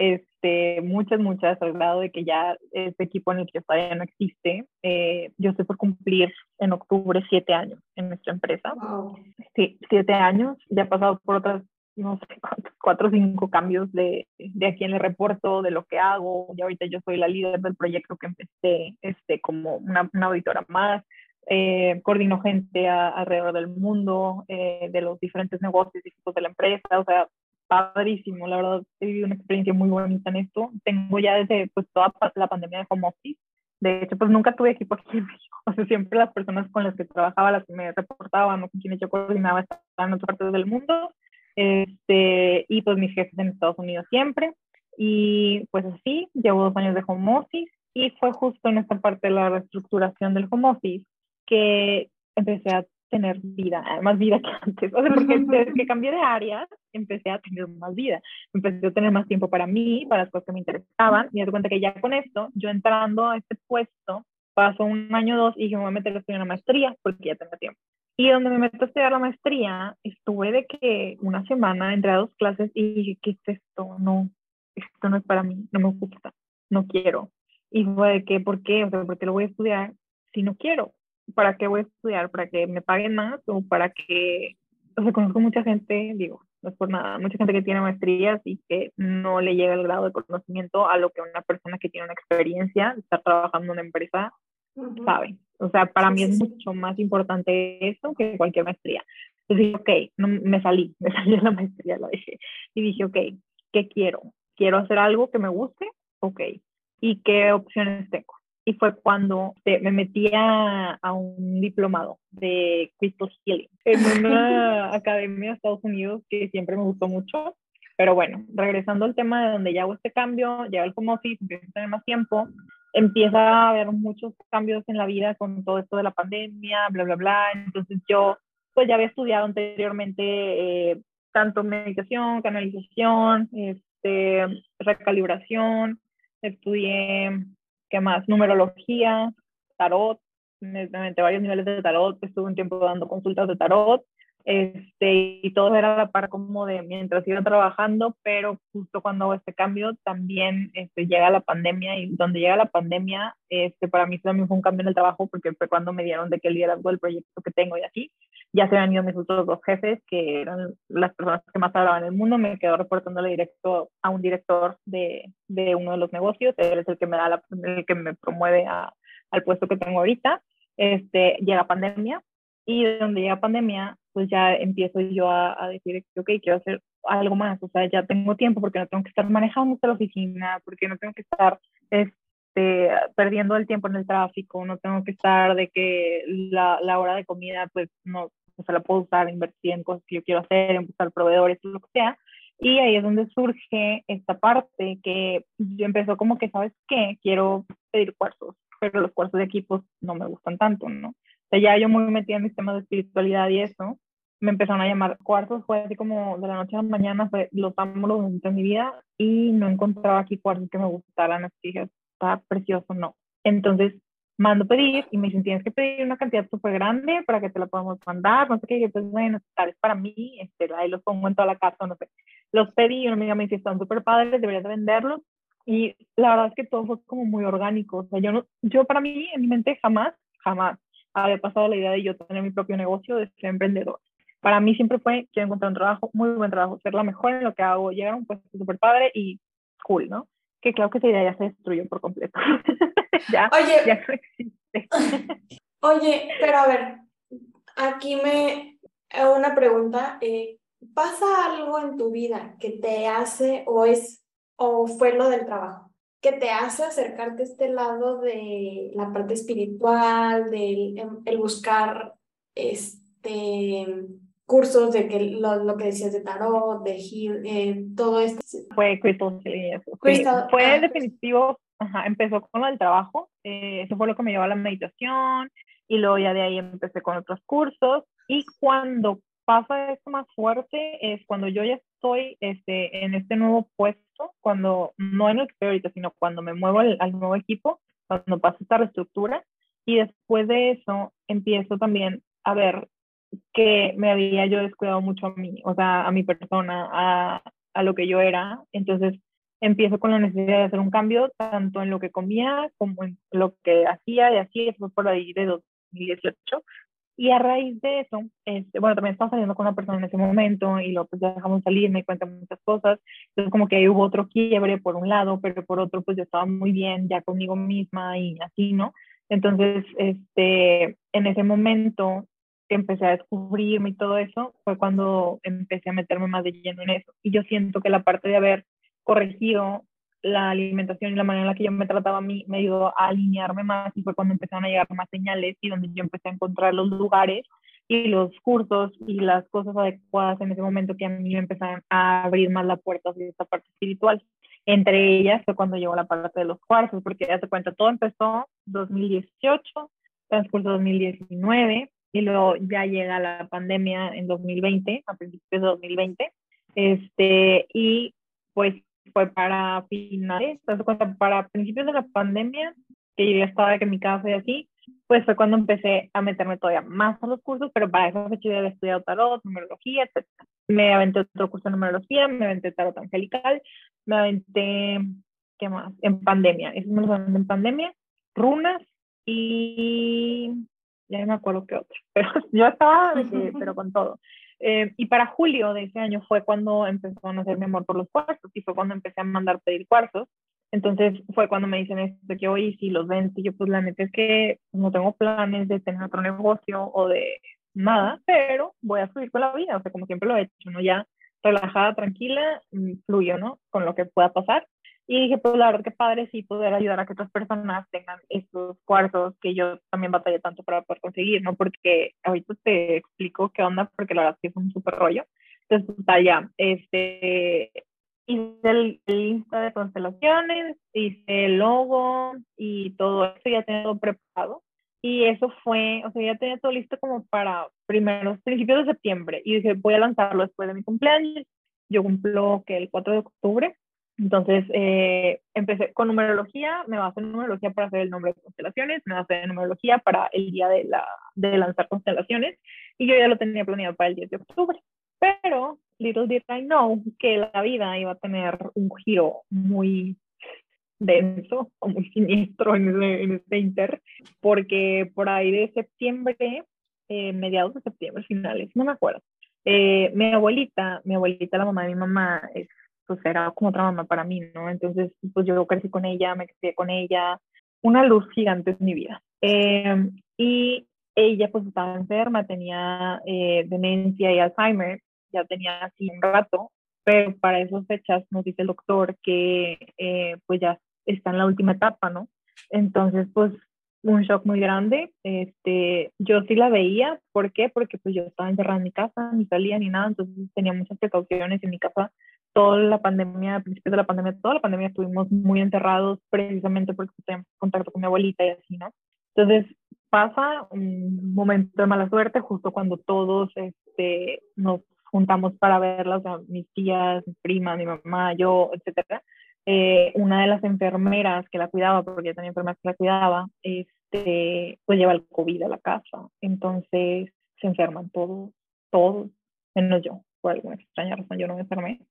C: este, muchas, muchas, al grado de que ya este equipo en el que está ya no existe. Eh, yo estoy por cumplir en octubre siete años en nuestra empresa.
B: Wow.
C: Sí, siete años, ya he pasado por otras, no sé cuántos, cuatro o cinco cambios de, de a quién le reporto, de lo que hago. Y ahorita yo soy la líder del proyecto que empecé este, como una, una auditora más. Eh, coordino gente a, alrededor del mundo, eh, de los diferentes negocios y equipos de la empresa, o sea, padrísimo, la verdad he vivido una experiencia muy bonita en esto. Tengo ya desde pues toda la pandemia de home office. De hecho, pues nunca tuve equipo aquí en México. O sea, siempre las personas con las que trabajaba, las que me reportaban o con quienes yo coordinaba estaban en otras partes del mundo. Este, y pues mis jefes en Estados Unidos siempre. Y pues así, llevo dos años de home office y fue justo en esta parte de la reestructuración del home office que empecé a tener vida, más vida que antes. O sea, porque desde que cambié de áreas, empecé a tener más vida. Empecé a tener más tiempo para mí, para las cosas que me interesaban. Y me doy cuenta que ya con esto, yo entrando a este puesto, pasó un año o dos y dije, me voy a meter a estudiar una maestría porque ya tengo tiempo. Y donde me meto a estudiar la maestría, estuve de que una semana entré a dos clases y dije, ¿qué es esto? No, esto no es para mí, no me gusta, no quiero. Y fue de que, ¿por qué? O sea, ¿por qué lo voy a estudiar si no quiero? ¿Para qué voy a estudiar? ¿Para que me paguen más o para que, o sea, conozco mucha gente, digo, no es por nada. Mucha gente que tiene maestrías y que no le llega el grado de conocimiento a lo que una persona que tiene una experiencia de estar trabajando en una empresa
B: Ujú.
C: sabe. O sea, para
B: Sí,
C: mí
B: sí,
C: es
B: sí.
C: mucho más importante eso que cualquier maestría. Entonces dije, ok, no, me salí, me salí de la maestría, la dejé. Y dije, ok, ¿qué quiero? ¿Quiero hacer algo que me guste? Ok. ¿Y qué opciones tengo? Y fue cuando te, me metí a, a un diplomado de Crystal Healing en una academia de Estados Unidos que siempre me gustó mucho. Pero bueno, regresando al tema de donde ya hago este cambio, ya el home office, empiezo a tener más tiempo, empieza a haber muchos cambios en la vida con todo esto de la pandemia, bla, bla, bla. Entonces yo pues ya había estudiado anteriormente eh, tanto meditación, canalización, este, recalibración, estudié, ¿qué más? Numerología, tarot, me, me metí varios niveles de tarot, estuve un tiempo dando consultas de tarot, este, y todo era la par como de mientras iba trabajando, pero justo cuando hago este cambio también este, llega la pandemia, y donde llega la pandemia, este, para mí también fue un cambio en el trabajo, porque fue cuando me dieron de que el liderazgo del proyecto que tengo y así, ya se habían ido mis otros dos jefes, que eran las personas que más hablaban en el mundo, me quedo reportándole directo a un director de, de uno de los negocios, él es el que me da la, el que me promueve a, al puesto que tengo ahorita. Este, llega pandemia, y de donde llega pandemia, pues ya empiezo yo a, a decir, ok, quiero hacer algo más, o sea, ya tengo tiempo porque no tengo que estar manejando hasta la oficina, porque no tengo que estar este, perdiendo el tiempo en el tráfico, no tengo que estar de que la, la hora de comida, pues no, no se la puedo usar, invertir en cosas que yo quiero hacer, en buscar proveedores, lo que sea. Y ahí es donde surge esta parte que yo empezó como que, ¿sabes qué? Quiero pedir cuarzos, pero los cuarzos de equipos no me gustan tanto, ¿no? O sea, ya yo muy metida en mis temas de espiritualidad y eso, me empezaron a llamar cuarzos, fue así como de la noche a la mañana, fue los amo, los necesito en mi vida, y no encontraba aquí cuarzos que me gustaran, así que dije, está precioso, no. Entonces, mando pedir, y me dicen, tienes que pedir una cantidad súper grande para que te la podamos mandar, no sé qué, y pues bueno, tal, es para mí, este, ahí los pongo en toda la casa, no sé. Los pedí, y una amiga me dice, están súper padres, deberías de venderlos, y la verdad es que todo fue como muy orgánico, o sea, yo, no, yo para mí, en mi mente, jamás, jamás había pasado la idea de yo tener mi propio negocio, de ser emprendedor. Para mí siempre fue, quiero encontrar un trabajo, muy buen trabajo, ser la mejor en lo que hago, llegar a un puesto súper padre y cool, ¿no? Que creo que esa idea ya se destruyó por completo. ya, ya
B: Oye,
C: no existe.
B: oye, pero a ver, aquí me eh, una pregunta. eh, ¿pasa algo en tu vida que te hace o es o fue lo del trabajo, que te hace acercarte a este lado de la parte espiritual, del em, el buscar este cursos de que lo, lo que decías de tarot, de heal, eh, todo esto?
C: Fue Crystal Healing, eso. Sí,
B: Crystal,
C: fue
B: ah, pues,
C: definitivo, ajá, empezó con lo del trabajo, eh, eso fue lo que me llevó a la meditación, y luego ya de ahí empecé con otros cursos, y cuando pasa esto más fuerte es cuando yo ya estoy este, en este nuevo puesto, cuando no en el que estoy ahorita, sino cuando me muevo al, al nuevo equipo, cuando pasa esta reestructura, y después de eso empiezo también a ver que me había yo descuidado mucho a mí, o sea, a mi persona, a, a lo que yo era. Entonces empiezo con la necesidad de hacer un cambio, tanto en lo que comía como en lo que hacía, y así, eso fue por ahí de dos mil dieciocho. Y a raíz de eso, este, bueno, también estaba saliendo con una persona en ese momento, y luego pues ya dejamos salir, me cuenta muchas cosas. Entonces como que ahí hubo otro quiebre por un lado, pero por otro pues yo estaba muy bien ya conmigo misma y así, ¿no? Entonces, este, en ese momento que empecé a descubrirme y todo eso, fue cuando empecé a meterme más de lleno en eso. Y yo siento que la parte de haber corregido la alimentación y la manera en la que yo me trataba a mí me ayudó a alinearme más, y fue cuando empezaron a llegar más señales y donde yo empecé a encontrar los lugares y los cursos y las cosas adecuadas en ese momento que a mí me empezaron a abrir más la puerta hacia esta parte espiritual. Entre ellas fue cuando llegó la parte de los cuarzos, porque ya se cuenta, todo empezó dos mil dieciocho, transcurso dos mil diecinueve, y luego ya llega la pandemia en dos mil veinte, a principios de dos mil veinte, este, y pues fue para finales, ¿te das cuenta? Para principios de la pandemia, que yo ya estaba en mi casa y así, pues fue cuando empecé a meterme todavía más a los cursos, pero para esa fecha ya había estudiado tarot, numerología, etcétera. Me aventé otro curso de numerología, me aventé tarot angelical, me aventé, ¿qué más? En pandemia, eso me lo aventé en pandemia, runas, y ya no me acuerdo qué otro, pero yo estaba de que, pero con todo. Eh, y para julio de ese año fue cuando empezó a nacer mi amor por los cuarzos y fue cuando empecé a mandar pedir cuarzos. Entonces fue cuando me dicen esto de que, oye, si los ven, y yo pues la neta es que no tengo planes de tener otro negocio o de nada, pero voy a fluir con la vida, o sea, como siempre lo he hecho, ¿no? Ya relajada, tranquila, mm, fluyo, ¿no? Con lo que pueda pasar. Y dije, pues la verdad que padre sí poder ayudar a que otras personas tengan estos cuarzos que yo también batallé tanto para poder conseguir, ¿no? Porque ahorita te explico qué onda, porque la verdad que es un súper rollo. Entonces, pues, ya, este, hice el, el Insta de constelaciones, hice el logo y todo eso, ya tenía todo preparado. Y eso fue, o sea, ya tenía todo listo como para primeros, principios de septiembre. Y dije, voy a lanzarlo después de mi cumpleaños. Yo cumplo que el cuatro de octubre. Entonces, eh, empecé con numerología, me basé en numerología para hacer el nombre de constelaciones, me basé en numerología para el día de, la, de lanzar constelaciones, y yo ya lo tenía planeado para el diez de octubre. Pero, little did I know, que la vida iba a tener un giro muy denso o muy siniestro en ese, en ese inter, porque por ahí de septiembre, eh, mediados de septiembre, finales, no me acuerdo, eh, mi abuelita, mi abuelita, la mamá de mi mamá, es, pues era como otra mamá para mí, ¿no? Entonces, pues yo crecí con ella, me crecí con ella, una luz gigante en mi vida. Eh, y ella pues estaba enferma, tenía eh, demencia y Alzheimer, ya tenía así un rato, pero para esas fechas nos dice el doctor que eh, pues ya está en la última etapa, ¿no? Entonces, pues, un shock muy grande. Este, yo sí la veía, ¿por qué? Porque pues yo estaba encerrada en mi casa, ni salía ni nada, entonces tenía muchas precauciones en mi casa. Toda la pandemia, a principios de la pandemia, toda la pandemia estuvimos muy encerrados precisamente porque teníamos contacto con mi abuelita y así, ¿no? Entonces pasa un momento de mala suerte justo cuando todos este, nos juntamos para verlas, o sea, mis tías, mi prima, mi mamá, yo, etcétera. Eh, una de las enfermeras que la cuidaba, porque yo tenía enfermeras que la cuidaba, este, pues lleva el COVID a la casa. Entonces se enferman todos, todos, menos yo, por alguna extraña razón yo no me enfermé.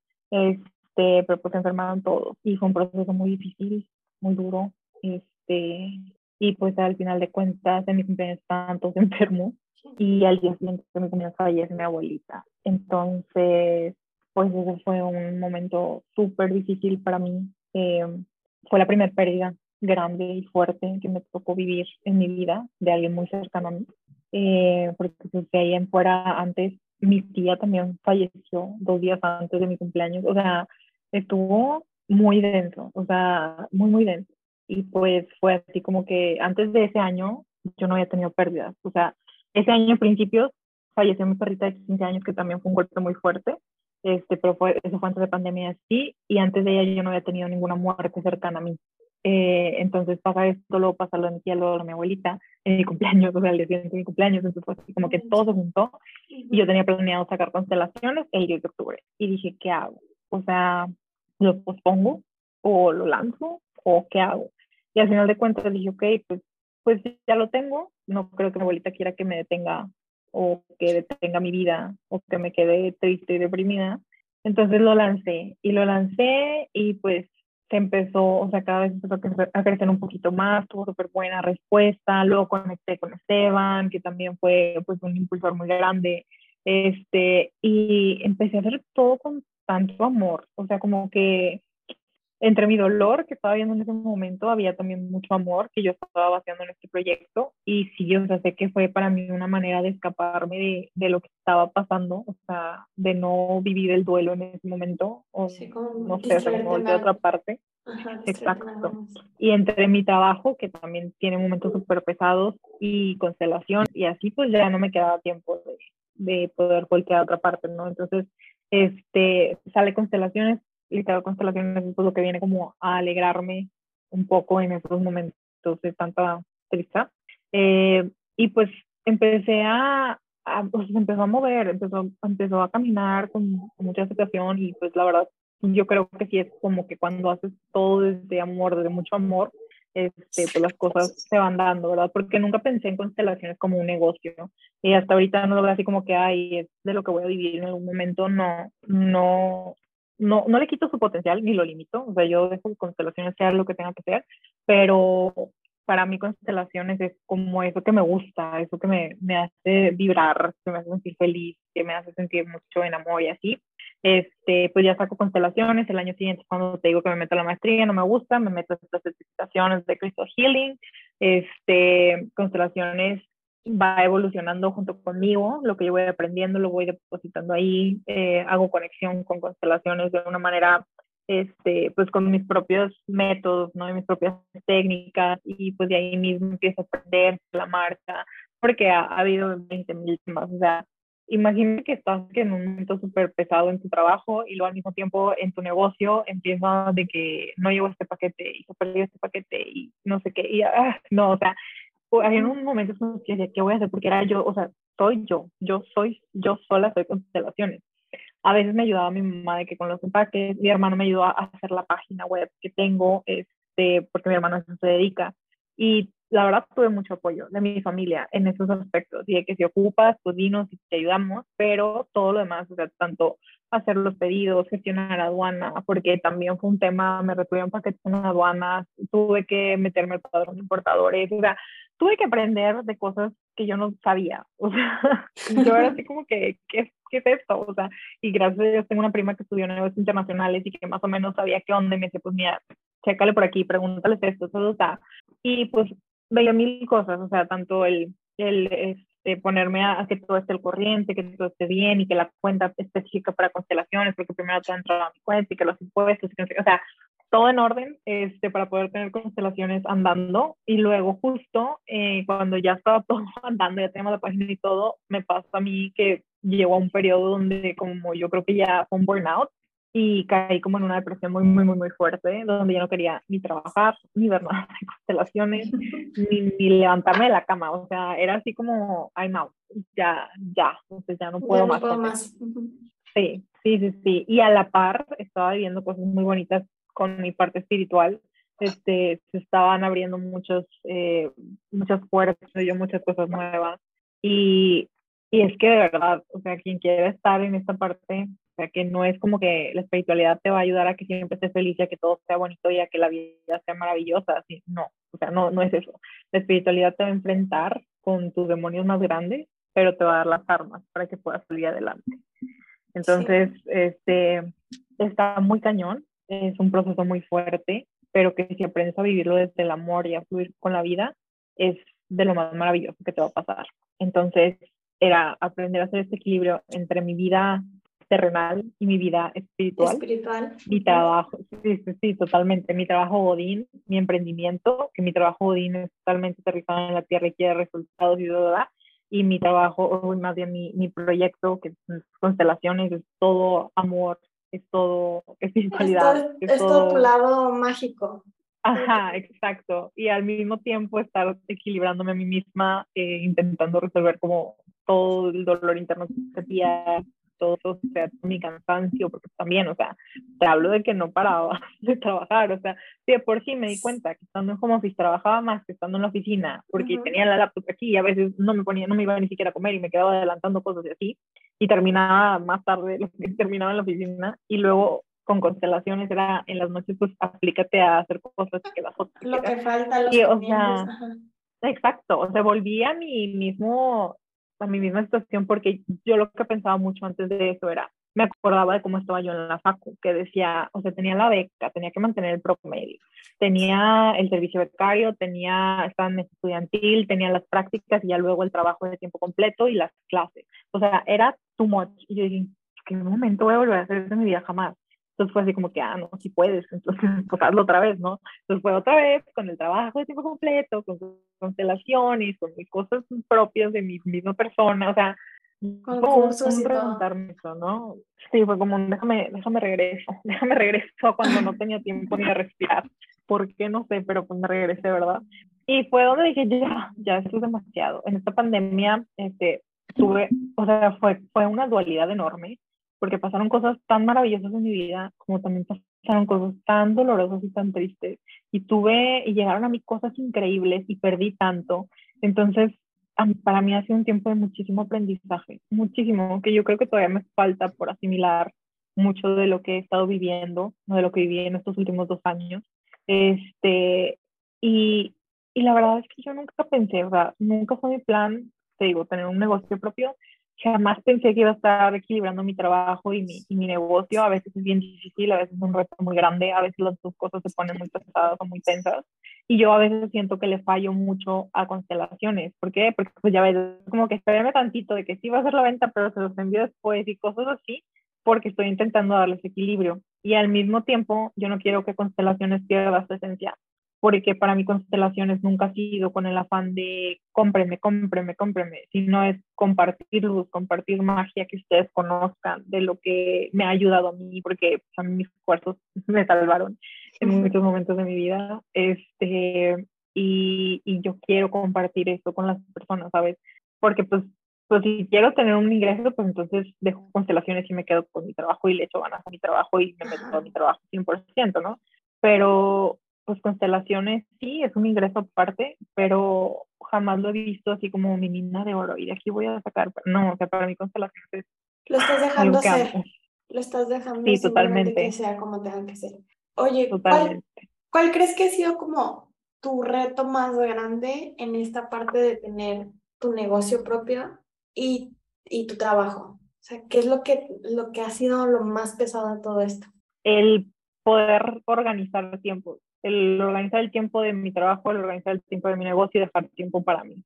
C: Este, pero pues se enfermaron todos y fue un proceso muy difícil, muy duro. Este, y pues al final de cuentas en mi cumpleaños estaban todos enfermos y al día siguiente de mi cumpleaños fallece mi abuelita. Entonces, pues ese fue un momento súper difícil para mí. Eh, fue la primera pérdida grande y fuerte que me tocó vivir en mi vida de alguien muy cercano a mí. Eh, porque pues, de ahí en fuera, antes mi tía también falleció dos días antes de mi cumpleaños. O sea, estuvo muy denso, o sea, muy, muy denso. Y pues fue así como que antes de ese año yo no había tenido pérdidas. O sea, ese año en principio falleció mi perrita de quince años, que también fue un golpe muy fuerte. Este, pero fue, eso fue antes de pandemia, sí, y antes de ella yo no había tenido ninguna muerte cercana a mí. Eh, entonces pasa esto, luego pasa lo de mi tía, luego lo de mi abuelita, en mi cumpleaños, o sea, el día siguiente de mi cumpleaños, entonces fue así como que todo se juntó, y yo tenía planeado sacar constelaciones el diez de octubre, y dije, ¿qué hago? O sea, ¿lo pospongo? ¿O lo lanzo? ¿O qué hago? Y al final de cuentas dije, ok, pues, pues ya lo tengo, no creo que mi abuelita quiera que me detenga o que detenga mi vida o que me quede triste y deprimida. Entonces lo lancé y lo lancé y pues se empezó, o sea, cada vez empezó a crecer un poquito más, tuvo súper buena respuesta, luego conecté con Esteban, que también fue pues un impulsor muy grande, este, y empecé a hacer todo con tanto amor, o sea, como que entre mi dolor que estaba viendo en ese momento, había también mucho amor que yo estaba vaciando en este proyecto. Y sí, o sea, sé que fue para mí una manera de escaparme de, de lo que estaba pasando, o sea, de no vivir el duelo en ese momento, o
B: Sí, como
C: no sé, o sea, como
B: distraerte
C: voltear a otra
B: más.
C: parte.
B: Ajá, distraerte nada
C: Exacto.
B: más.
C: Y entre mi trabajo, que también tiene momentos súper pesados, y constelación, y así pues ya no me quedaba tiempo de, de poder voltear a otra parte, ¿no? Entonces, este, sale constelaciones, literal constelaciones es lo que viene como a alegrarme un poco en esos momentos de tanta tristeza. Eh, y pues empecé a, a pues empezó a mover, empezó, empezó a caminar con, con mucha aceptación y pues la verdad yo creo que sí es como que cuando haces todo desde amor, desde mucho amor, este, pues las cosas se van dando, ¿verdad? Porque nunca pensé en constelaciones como un negocio, ¿no? Y hasta ahorita no lo veo así como que, ay, es de lo que voy a vivir en algún momento, no, no, no, no le quito su potencial ni lo limito, o sea, yo dejo que constelaciones sea lo que tenga que ser, pero para mí constelaciones es como eso que me gusta, eso que me, me hace vibrar, que me hace sentir feliz, que me hace sentir mucho en amor y así. Este, pues ya saco constelaciones, el año siguiente cuando te digo que me meto a la maestría, no me gusta, me meto a estas certificaciones de Crystal Healing, este, constelaciones va evolucionando junto conmigo, lo que yo voy aprendiendo lo voy depositando ahí, eh, hago conexión con constelaciones de una manera, este, pues con mis propios métodos, ¿no? Y mis propias técnicas, y pues de ahí mismo empiezo a aprender la marcha, porque ha, ha habido veinte mil temas, o sea, imagínate que estás en un momento súper pesado en tu trabajo y luego al mismo tiempo en tu negocio empieza de que no llegó este paquete y se perdió este paquete y no sé qué, y ah, no, o sea, hay un momento en que decía, ¿qué voy a hacer? Porque era yo, o sea, soy yo, yo soy, yo sola soy constelaciones. A veces me ayudaba mi mamá de que con los empaques, mi hermano me ayudó a hacer la página web que tengo, este, porque mi hermano a eso se dedica. Y la verdad tuve mucho apoyo de mi familia en esos aspectos. Y de que si ocupas, pues dinos y te ayudamos, pero todo lo demás, o sea, tanto hacer los pedidos, gestionar aduana, porque también fue un tema, me retuvieron paquetes en aduanas, tuve que meterme al padrón de importadores, o sea, tuve que aprender de cosas que yo no sabía, o sea, yo era así como que, ¿qué, qué es esto? O sea, y gracias a Dios tengo una prima que estudió en negocios internacionales y que más o menos sabía qué onda, y me decía, pues mira, chécale por aquí, pregúntales esto, todo está, y pues veía mil cosas, o sea, tanto el, el este, ponerme a, a que todo esté al corriente, que todo esté bien y que la cuenta específica para constelaciones, porque primero todo entraba a mi cuenta y que los impuestos, que, o sea, todo en orden este, para poder tener constelaciones andando. Y luego justo eh, cuando ya estaba todo andando, ya teníamos la página y todo, me pasa a mí que llegó a un periodo donde como yo creo que ya fue un burnout y caí como en una depresión muy, muy, muy, muy fuerte, donde ya no quería ni trabajar, ni ver nada de constelaciones, ni, ni levantarme de la cama. O sea, era así como, I'm out, ya, ya, entonces ya no puedo
B: ya no
C: más.
B: puedo más.
C: Sí, sí, sí, sí. Y a la par estaba viviendo cosas muy bonitas con mi parte espiritual. Este, se estaban abriendo muchos, eh, muchas puertas, yo muchas cosas nuevas. Y, y es que de verdad, o sea, quien quiera estar en esta parte, o sea, que no es como que la espiritualidad te va a ayudar a que siempre estés feliz y a que todo sea bonito y a que la vida sea maravillosa. Así, no, o sea, no, no es eso. La espiritualidad te va a enfrentar con tus demonios más grandes, pero te va a dar las armas para que puedas salir adelante. Entonces, sí. este, está muy cañón, es un proceso muy fuerte, pero que si aprendes a vivirlo desde el amor y a fluir con la vida, es de lo más maravilloso que te va a pasar. Entonces, era aprender a hacer este equilibrio entre mi vida terrenal y mi vida espiritual.
B: Espiritual.
C: Mi trabajo, sí, sí, sí, totalmente. Mi trabajo Godín, mi emprendimiento, que mi trabajo Godín es totalmente aterrizado en la tierra y quiere resultados y todo, y mi trabajo, o más bien mi, mi proyecto, que es constelaciones, es todo amor, es todo espiritualidad.
B: Es todo,
C: es,
B: es
C: todo...
B: todo tu lado mágico.
C: Ajá, exacto. Y al mismo tiempo estar equilibrándome a mí misma, eh, intentando resolver como todo el dolor interno que sentía, todo, o sea, mi cansancio, porque también, o sea, te hablo de que no paraba de trabajar, o sea, sí, de por sí me di cuenta que estando en home office trabajaba más que estando en la oficina, porque uh-huh. tenía la laptop aquí y a veces no me ponía, no me iba ni siquiera a comer y me quedaba adelantando cosas y así, y terminaba más tarde, terminaba en la oficina, y luego con constelaciones era en las noches, pues aplícate a hacer cosas que las otras.
B: Lo que falta, los
C: y,
B: o
C: sea, exacto, o sea, volví a mi mismo, a mi misma situación, porque yo lo que pensaba mucho antes de eso era, me acordaba de cómo estaba yo en la facu, que decía, o sea, tenía la beca, tenía que mantener el promedio, tenía el servicio becario, tenía, estaba en mes estudiantil, tenía las prácticas y ya luego el trabajo de tiempo completo y las clases. O sea, era too much. Y yo dije, ¿qué momento voy a volver a hacer eso en mi vida? Jamás. Entonces fue así como que, ah, no, si puedes, entonces pues hazlo otra vez, ¿no? Entonces fue otra vez con el trabajo de tiempo completo, con constelaciones, con mis cosas propias de mi misma persona, o sea,
B: con
C: como
B: cursos
C: un
B: y
C: preguntarme eso, ¿no? Sí, fue como un déjame, déjame regreso, déjame regreso a cuando no tenía tiempo ni de respirar. ¿Por qué? No sé, pero pues me regresé, ¿verdad? Y fue donde dije, ya, ya, esto es demasiado. En esta pandemia, este, tuve, o sea, fue, fue una dualidad enorme, porque pasaron cosas tan maravillosas en mi vida, como también pasaron cosas tan dolorosas y tan tristes, y tuve, y llegaron a mí cosas increíbles, y perdí tanto. Entonces, para mí ha sido un tiempo de muchísimo aprendizaje, muchísimo, que yo creo que todavía me falta por asimilar mucho de lo que he estado viviendo, de lo que viví en estos últimos dos años. Este, y, y la verdad es que yo nunca pensé, o sea, nunca fue mi plan, te digo, tener un negocio propio. Jamás pensé que iba a estar equilibrando mi trabajo y mi, y mi negocio. A veces es bien difícil, a veces es un reto muy grande, a veces las dos cosas se ponen muy pesadas o muy tensas. Y yo a veces siento que le fallo mucho a Constelaciones. ¿Por qué? Porque pues ya ves, como que esperarme tantito de que sí va a ser la venta, pero se los envío después y cosas así, porque estoy intentando darles equilibrio. Y al mismo tiempo, yo no quiero que Constelaciones pierda su esencia, porque para mí Constelaciones nunca ha sido con el afán de cómpreme, cómpreme, cómpreme, sino es compartir luz, compartir magia, que ustedes conozcan de lo que me ha ayudado a mí, porque pues, a mí mis esfuerzos me salvaron en muchos momentos de mi vida, este, y, y yo quiero compartir eso con las personas, ¿sabes? Porque pues, pues si quiero tener un ingreso, pues entonces dejo Constelaciones y me quedo con mi trabajo y le echo ganas a mi trabajo y me meto a mi trabajo cien por ciento, ¿no? Pero pues Constelaciones sí es un ingreso aparte, pero jamás lo he visto así como mi mina de oro y de aquí voy a sacar. No, o sea, para mí Constelaciones es
B: Lo estás dejando
C: algo que
B: ser,
C: amo.
B: lo estás dejando
C: Sí,
B: simplemente que
C: totalmente,
B: sea como tenga que ser. Oye, ¿cuál,
C: totalmente.
B: cuál crees que ha sido como tu reto más grande en esta parte de tener tu negocio propio y, y tu trabajo? O sea, ¿qué es lo que, lo que ha sido lo más pesado de todo esto?
C: El poder organizar el tiempo, el organizar el tiempo de mi trabajo, el organizar el tiempo de mi negocio y dejar tiempo para mí.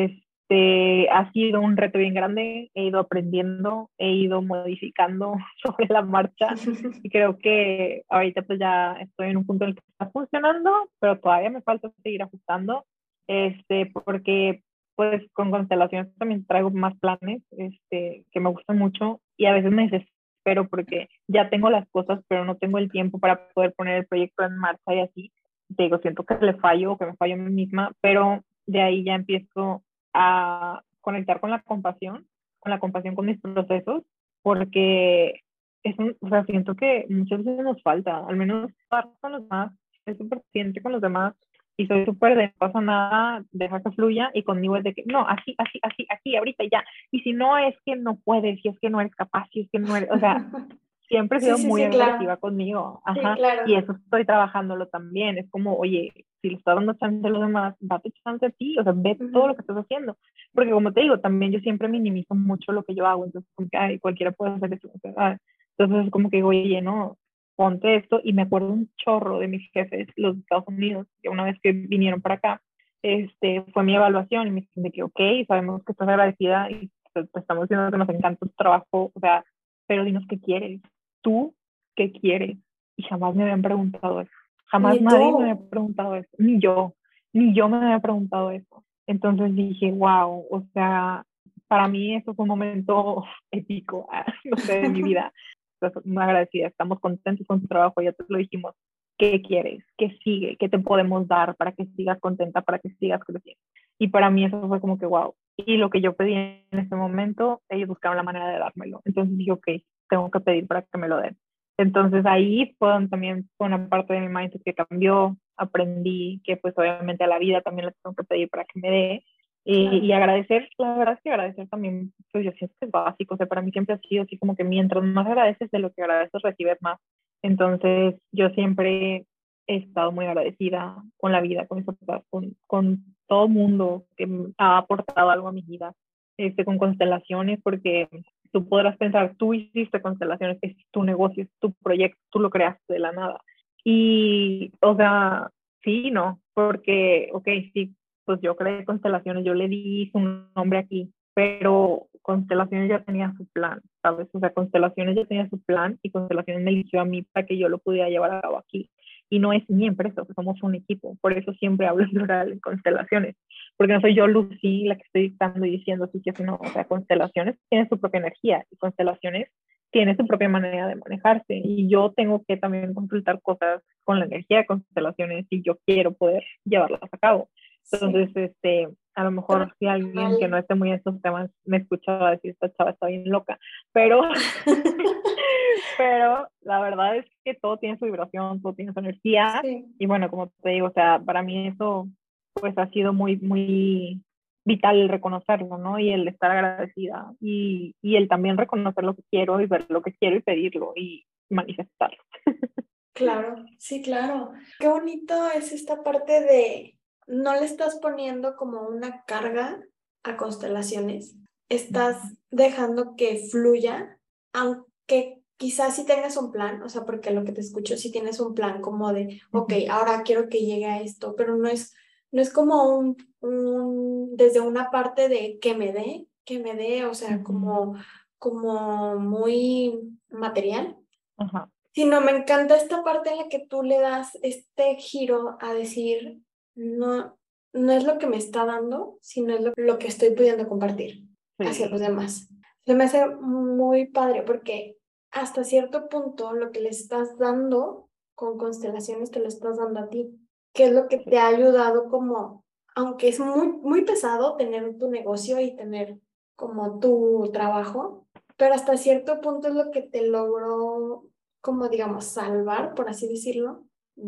C: Este, ha sido un reto bien grande, he ido aprendiendo, he ido modificando sobre la marcha y creo que ahorita pues ya estoy en un punto en el que está funcionando, pero todavía me falta seguir ajustando, este, porque pues con Constelaciones también traigo más planes, este, que me gustan mucho y a veces me desespero pero porque ya tengo las cosas, pero no tengo el tiempo para poder poner el proyecto en marcha y así. Te digo, siento que le fallo o que me fallo a mí misma, pero de ahí ya empiezo a conectar con la compasión, con la compasión con mis procesos, porque es un, o sea, siento que muchas veces nos falta, al menos estar con los demás, ser súper paciente con los demás y soy súper de no pasa nada, deja que fluya y conmigo es de que no, así, así, así, aquí, ahorita ya. Y si no es que no puedes, si es que no eres capaz, si es que no eres, o sea, siempre he
B: Sí,
C: sido
B: sí,
C: muy
B: sí, claro.
C: agresiva conmigo,
B: Sí,
C: ajá, y
B: claro.
C: eso estoy trabajándolo también, es como, oye, si le estás dando chance a los demás, date chance a ti, o sea, ve todo lo
B: Ujú.
C: que estás haciendo, porque como te digo, también yo siempre minimizo mucho lo que yo hago, entonces como que, ay, cualquiera puede hacer eso, o sea, ah, entonces es como que, oye, no, ponte esto, y me acuerdo un chorro de mis jefes, los de Estados Unidos, que una vez que vinieron para acá, este, fue mi evaluación, y me dicen de que, ok, sabemos que estás agradecida, y te, te estamos diciendo que nos encanta tu trabajo, o sea, pero dinos qué quieres, tú qué quieres. Y jamás me habían preguntado eso.
B: Ni
C: Jamás
B: tú.
C: nadie me había preguntado eso. Ni yo. Ni yo me había preguntado eso. Entonces dije, wow, o sea, para mí eso fue un momento épico, no sé, de mi vida. Entonces, muy agradecida. Estamos contentos con tu trabajo, ya te lo dijimos. ¿Qué quieres? ¿Qué sigue? ¿Qué te podemos dar para que sigas contenta, para que sigas creciendo? Y para mí eso fue como que, wow. Y lo que yo pedí en ese momento, ellos buscaron la manera de dármelo. Entonces dije, ok, tengo que pedir para que me lo den. Entonces ahí fue también fue una parte de mi mindset que cambió, aprendí que pues obviamente a la vida también le tengo que pedir para que me dé y, y
B: Claro.
C: agradecer, la verdad es que agradecer también, pues yo siento que es básico, o sea, para mí siempre ha sido así como que mientras más agradeces de lo que agradeces recibes más. Entonces yo siempre he estado muy agradecida con la vida, con mis papás, con, con todo el mundo que ha aportado algo a mi vida, este, con constelaciones, porque tú podrás pensar, tú hiciste constelaciones, es tu negocio, es tu proyecto, tú lo creaste de la nada. Y, o sea, sí, no, porque, ok, sí, pues yo creé constelaciones, yo le di su nombre aquí, pero Constelaciones ya tenía su plan, ¿sabes? O sea, Constelaciones ya tenía su plan y Constelaciones me eligió a mí para que yo lo pudiera llevar a cabo aquí. Y no es mi empresa, somos un equipo, por eso siempre hablo en plural en Constelaciones, porque no soy yo, Lucy, la que estoy dictando y diciendo sí que sí, no, o sea, Constelaciones tiene su propia energía y Constelaciones tiene su propia manera de manejarse y yo tengo que también consultar cosas con la energía de Constelaciones y yo quiero poder llevarlas a cabo.
B: Sí.
C: Entonces, este, a lo mejor si alguien que no
B: Vale.
C: esté muy en estos temas me escuchaba decir, esta chava está bien loca, pero, pero la verdad es que todo tiene su vibración, todo tiene su energía
B: Sí.
C: y bueno, como te digo, o sea, para mí eso pues ha sido muy, muy vital el reconocerlo, ¿no? Y el estar agradecida y, y el también reconocer lo que quiero y ver lo que quiero y pedirlo y manifestarlo.
B: Claro, sí, claro. Qué bonito es esta parte de no le estás poniendo como una carga a constelaciones, estás dejando que fluya, aunque quizás si tengas un plan, o sea, porque lo que te escucho, si tienes un plan como de, ok, ahora quiero que llegue a esto, pero no es, no es como un, un desde una parte de que me dé, que me dé, o sea, como, como muy material.
C: Ajá.
B: Sino me encanta esta parte en la que tú le das este giro a decir, no, no es lo que me está dando, sino es lo, lo que estoy pudiendo compartir hacia los
C: Sí,
B: demás. Se me hace muy padre porque hasta cierto punto lo que le estás dando con constelaciones te lo estás dando a ti, que es lo que te
C: sí,
B: ha ayudado como, aunque es muy, muy pesado tener tu negocio y tener como tu trabajo, pero hasta cierto punto es lo que te logró como digamos, salvar, por así decirlo,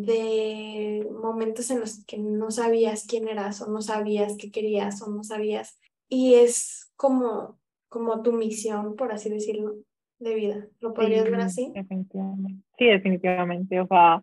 B: de momentos en los que no sabías quién eras o no sabías qué querías o no sabías. Y es como, como tu misión, por así decirlo, de vida. ¿Lo podrías ver
C: sí,
B: así?
C: definitivamente. Sí, definitivamente. O sea,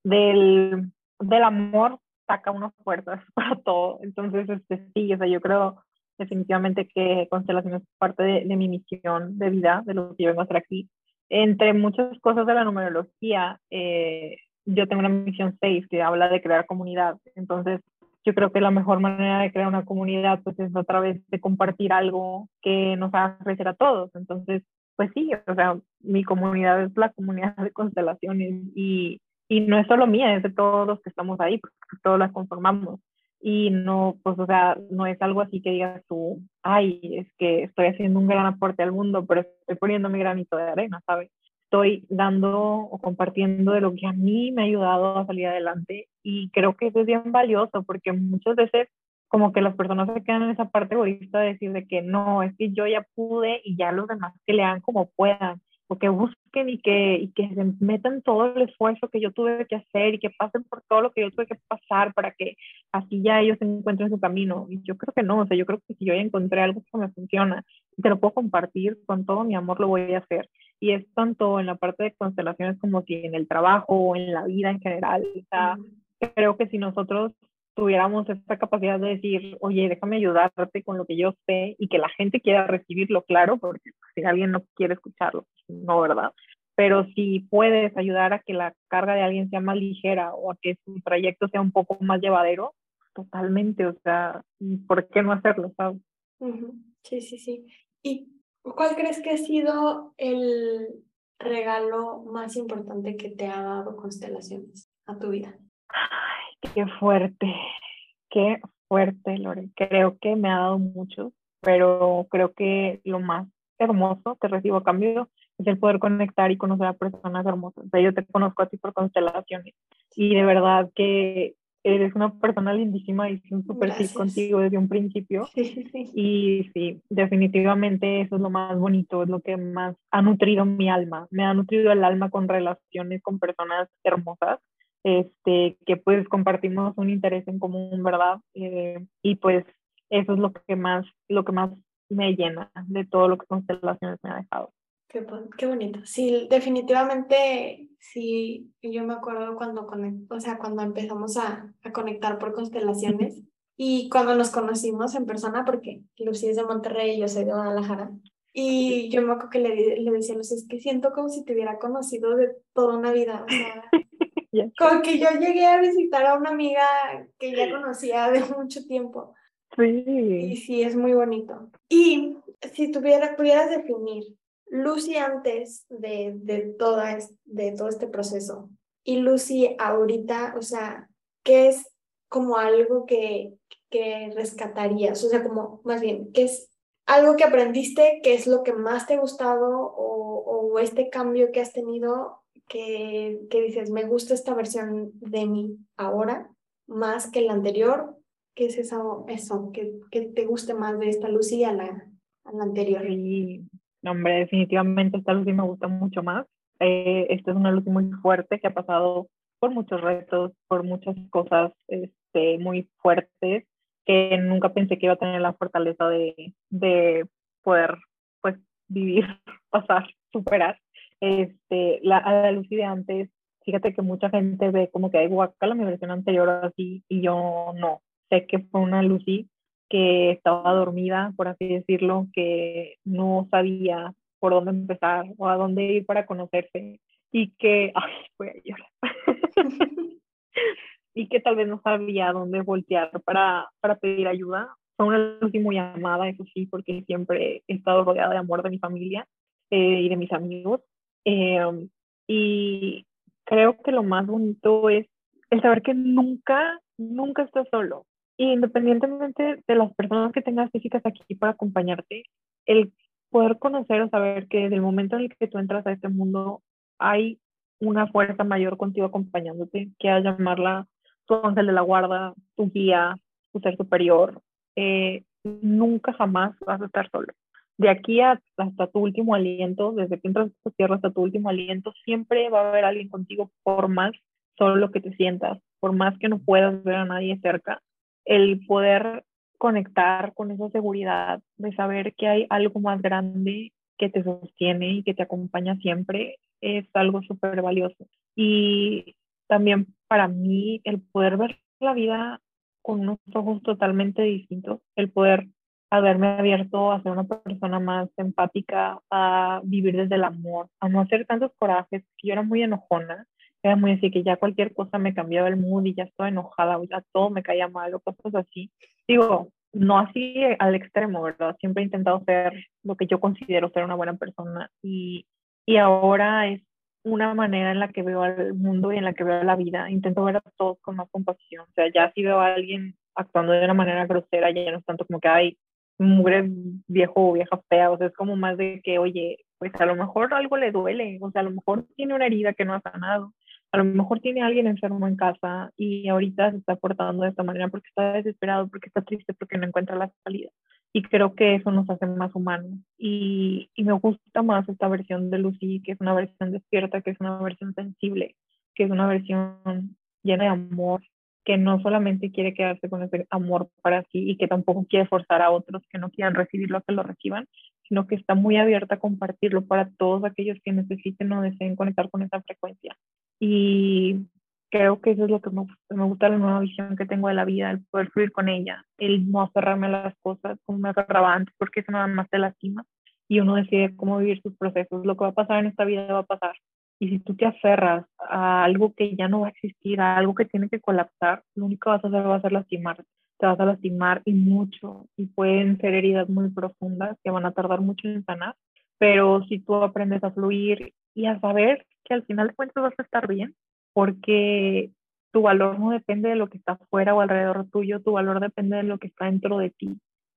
C: del, del amor saca unas fuerzas para todo. Entonces, este, sí, o sea, yo creo definitivamente que constelación es parte de, de mi misión de vida, de lo que yo vengo a hacer aquí. Entre muchas cosas de la numerología, eh, yo tengo una misión seis que habla de crear comunidad. Entonces, yo creo que la mejor manera de crear una comunidad pues es a través de compartir algo que nos haga crecer a todos. Entonces, pues sí, o sea, mi comunidad es la comunidad de constelaciones y, y no es solo mía, es de todos los que estamos ahí, porque todos las conformamos. Y no, pues, o sea, no es algo así que digas tú, ay, es que estoy haciendo un gran aporte al mundo, pero estoy poniendo mi granito de arena, ¿sabes? Estoy dando o compartiendo de lo que a mí me ha ayudado a salir adelante y creo que eso es bien valioso porque muchas veces como que las personas se quedan en esa parte egoísta de decir de que no, es que yo ya pude y ya los demás que le hagan como puedan, o que busquen y que, y que se metan todo el esfuerzo que yo tuve que hacer y que pasen por todo lo que yo tuve que pasar para que así ya ellos encuentren su camino. Y yo creo que no, o sea, yo creo que si yo ya encontré algo que me funciona y te lo puedo compartir con todo mi amor, lo voy a hacer. Y es tanto en la parte de constelaciones como si en el trabajo o en la vida en general. O sea,
B: Ujú.
C: creo que si nosotros tuviéramos esta capacidad de decir, oye, déjame ayudarte con lo que yo sé y que la gente quiera recibirlo, claro, porque si alguien no quiere escucharlo, pues no, ¿verdad? Pero si puedes ayudar a que la carga de alguien sea más ligera o a que su trayecto sea un poco más llevadero, totalmente, o sea, ¿por qué no hacerlo, sabes?
B: Ujú. Sí, sí, sí. ¿Y cuál crees que ha sido el regalo más importante que te ha dado constelaciones a tu vida?
C: Qué fuerte, qué fuerte, Lore. Creo que me ha dado mucho, pero creo que lo más hermoso que recibo a cambio es el poder conectar y conocer a personas hermosas. O sea, yo te conozco a ti por constelaciones y de verdad que eres una persona lindísima y hice un super clic
B: Gracias.
C: contigo desde un principio.
B: Sí, sí, sí.
C: Y sí, definitivamente eso es lo más bonito, es lo que más ha nutrido mi alma. Me ha nutrido el alma con relaciones con personas hermosas, este, que pues compartimos un interés en común, ¿verdad? Eh, y pues eso es lo que más, lo que más me llena de todo lo que Constelaciones me ha dejado.
B: Qué, bon- qué bonito. Sí, definitivamente, sí, yo me acuerdo cuando conect, o sea, cuando empezamos a, a conectar por constelaciones y cuando nos conocimos en persona, porque Lucy es de Monterrey y yo soy de Guadalajara. Y yo me acuerdo que le, di- le decía a Lucy, es que siento como si te hubiera conocido de toda una vida, o sea,
C: Ya sé.
B: como que yo llegué a visitar a una amiga que ya conocía de mucho tiempo. Y
C: Sí.
B: sí, es muy bonito. Y si tuviera, pudieras definir Lucy antes de, de, toda es- de todo este proceso y Lucy ahorita, o sea, ¿qué es como algo que, que rescatarías? O sea, como más bien, ¿qué es algo que aprendiste? ¿Qué es lo que más te ha gustado? O, o este cambio que has tenido que, que dices, me gusta esta versión de mí ahora más que la anterior. ¿Qué es eso, eso que, que te guste más de esta Lucy a la, a la anterior?
C: Sí, no, hombre, definitivamente esta Lucy me gusta mucho más. Eh, esta es una Lucy muy fuerte que ha pasado por muchos retos, por muchas cosas este, muy fuertes, que nunca pensé que iba a tener la fortaleza de, de poder pues vivir, pasar, superar. Este, la, a la Lucy de antes, fíjate que mucha gente ve como que hay guacala mi versión anterior así, y yo no. sé que fue una Lucy que estaba dormida, por así decirlo, que no sabía por dónde empezar o a dónde ir para conocerse y que, ay, voy a llorar, y que tal vez no sabía dónde voltear para, para pedir ayuda. Fue una Lucy muy amada, eso sí, porque siempre he estado rodeada de amor de mi familia eh, y de mis amigos. Eh, y creo que lo más bonito es el saber que nunca, nunca estás solo. Y independientemente de las personas que tengas físicas aquí para acompañarte, el poder conocer o saber que desde el momento en el que tú entras a este mundo hay una fuerza mayor contigo acompañándote, que a llamarla tu ángel de la guarda, tu guía, tu ser superior, eh, nunca jamás vas a estar solo. De aquí a, hasta tu último aliento, desde que entras a esta tierra hasta tu último aliento, siempre va a haber alguien contigo, por más solo que te sientas, por más que no puedas ver a nadie cerca, el poder conectar con esa seguridad de saber que hay algo más grande que te sostiene y que te acompaña siempre es algo súper valioso. Y también para mí el poder ver la vida con unos ojos totalmente distintos, el poder haberme abierto a ser una persona más empática, a vivir desde el amor, a no hacer tantos corajes, que yo era muy enojona, era muy así que ya cualquier cosa me cambiaba el mood y ya estaba enojada, o ya todo me caía mal o cosas así. Digo, no así al extremo, ¿verdad? Siempre he intentado ser lo que yo considero ser una buena persona y, y ahora es una manera en la que veo al mundo y en la que veo la vida. Intento ver a todos con más compasión. O sea, ya si veo a alguien actuando de una manera grosera, ya no es tanto como que, ay, mugre viejo o vieja fea. O sea, es como más de que, oye, pues a lo mejor algo le duele. O sea, a lo mejor tiene una herida que no ha sanado. A lo mejor tiene a alguien enfermo en casa y ahorita se está portando de esta manera porque está desesperado, porque está triste, porque no encuentra la salida. Y creo que eso nos hace más humanos. Y, y me gusta más esta versión de Lucy, que es una versión despierta, que es una versión sensible, que es una versión llena de amor, que no solamente quiere quedarse con ese amor para sí y que tampoco quiere forzar a otros que no quieran recibirlo, que lo reciban, sino que está muy abierta a compartirlo para todos aquellos que necesiten o deseen conectar con esa frecuencia. Y creo que eso es lo que me gusta, me gusta la nueva visión que tengo de la vida, el poder fluir con ella, el no aferrarme a las cosas como me aferraba antes, porque eso nada más te lastima y uno decide cómo vivir sus procesos. Lo que va a pasar en esta vida va a pasar. Y si tú te aferras a algo que ya no va a existir, a algo que tiene que colapsar, lo único que vas a hacer va a ser lastimar. Te vas a lastimar y mucho, y pueden ser heridas muy profundas que van a tardar mucho en sanar, pero si tú aprendes a fluir y a saber que al final de cuentas vas a estar bien, porque tu valor no depende de lo que está fuera o alrededor tuyo, tu valor depende de lo que está dentro de ti.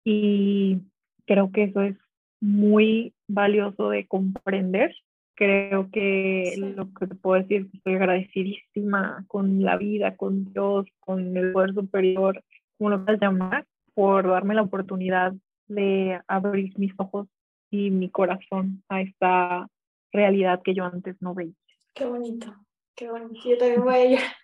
C: Y creo que eso es muy valioso de comprender. Creo que
B: Sí.
C: lo que te puedo decir es que estoy agradecidísima con la vida, con Dios, con el poder superior, como lo quieras llamar, por darme la oportunidad de abrir mis ojos y mi corazón a esta realidad que yo antes no veía.
B: Qué bonito, qué bonito. Yo también voy a llorar.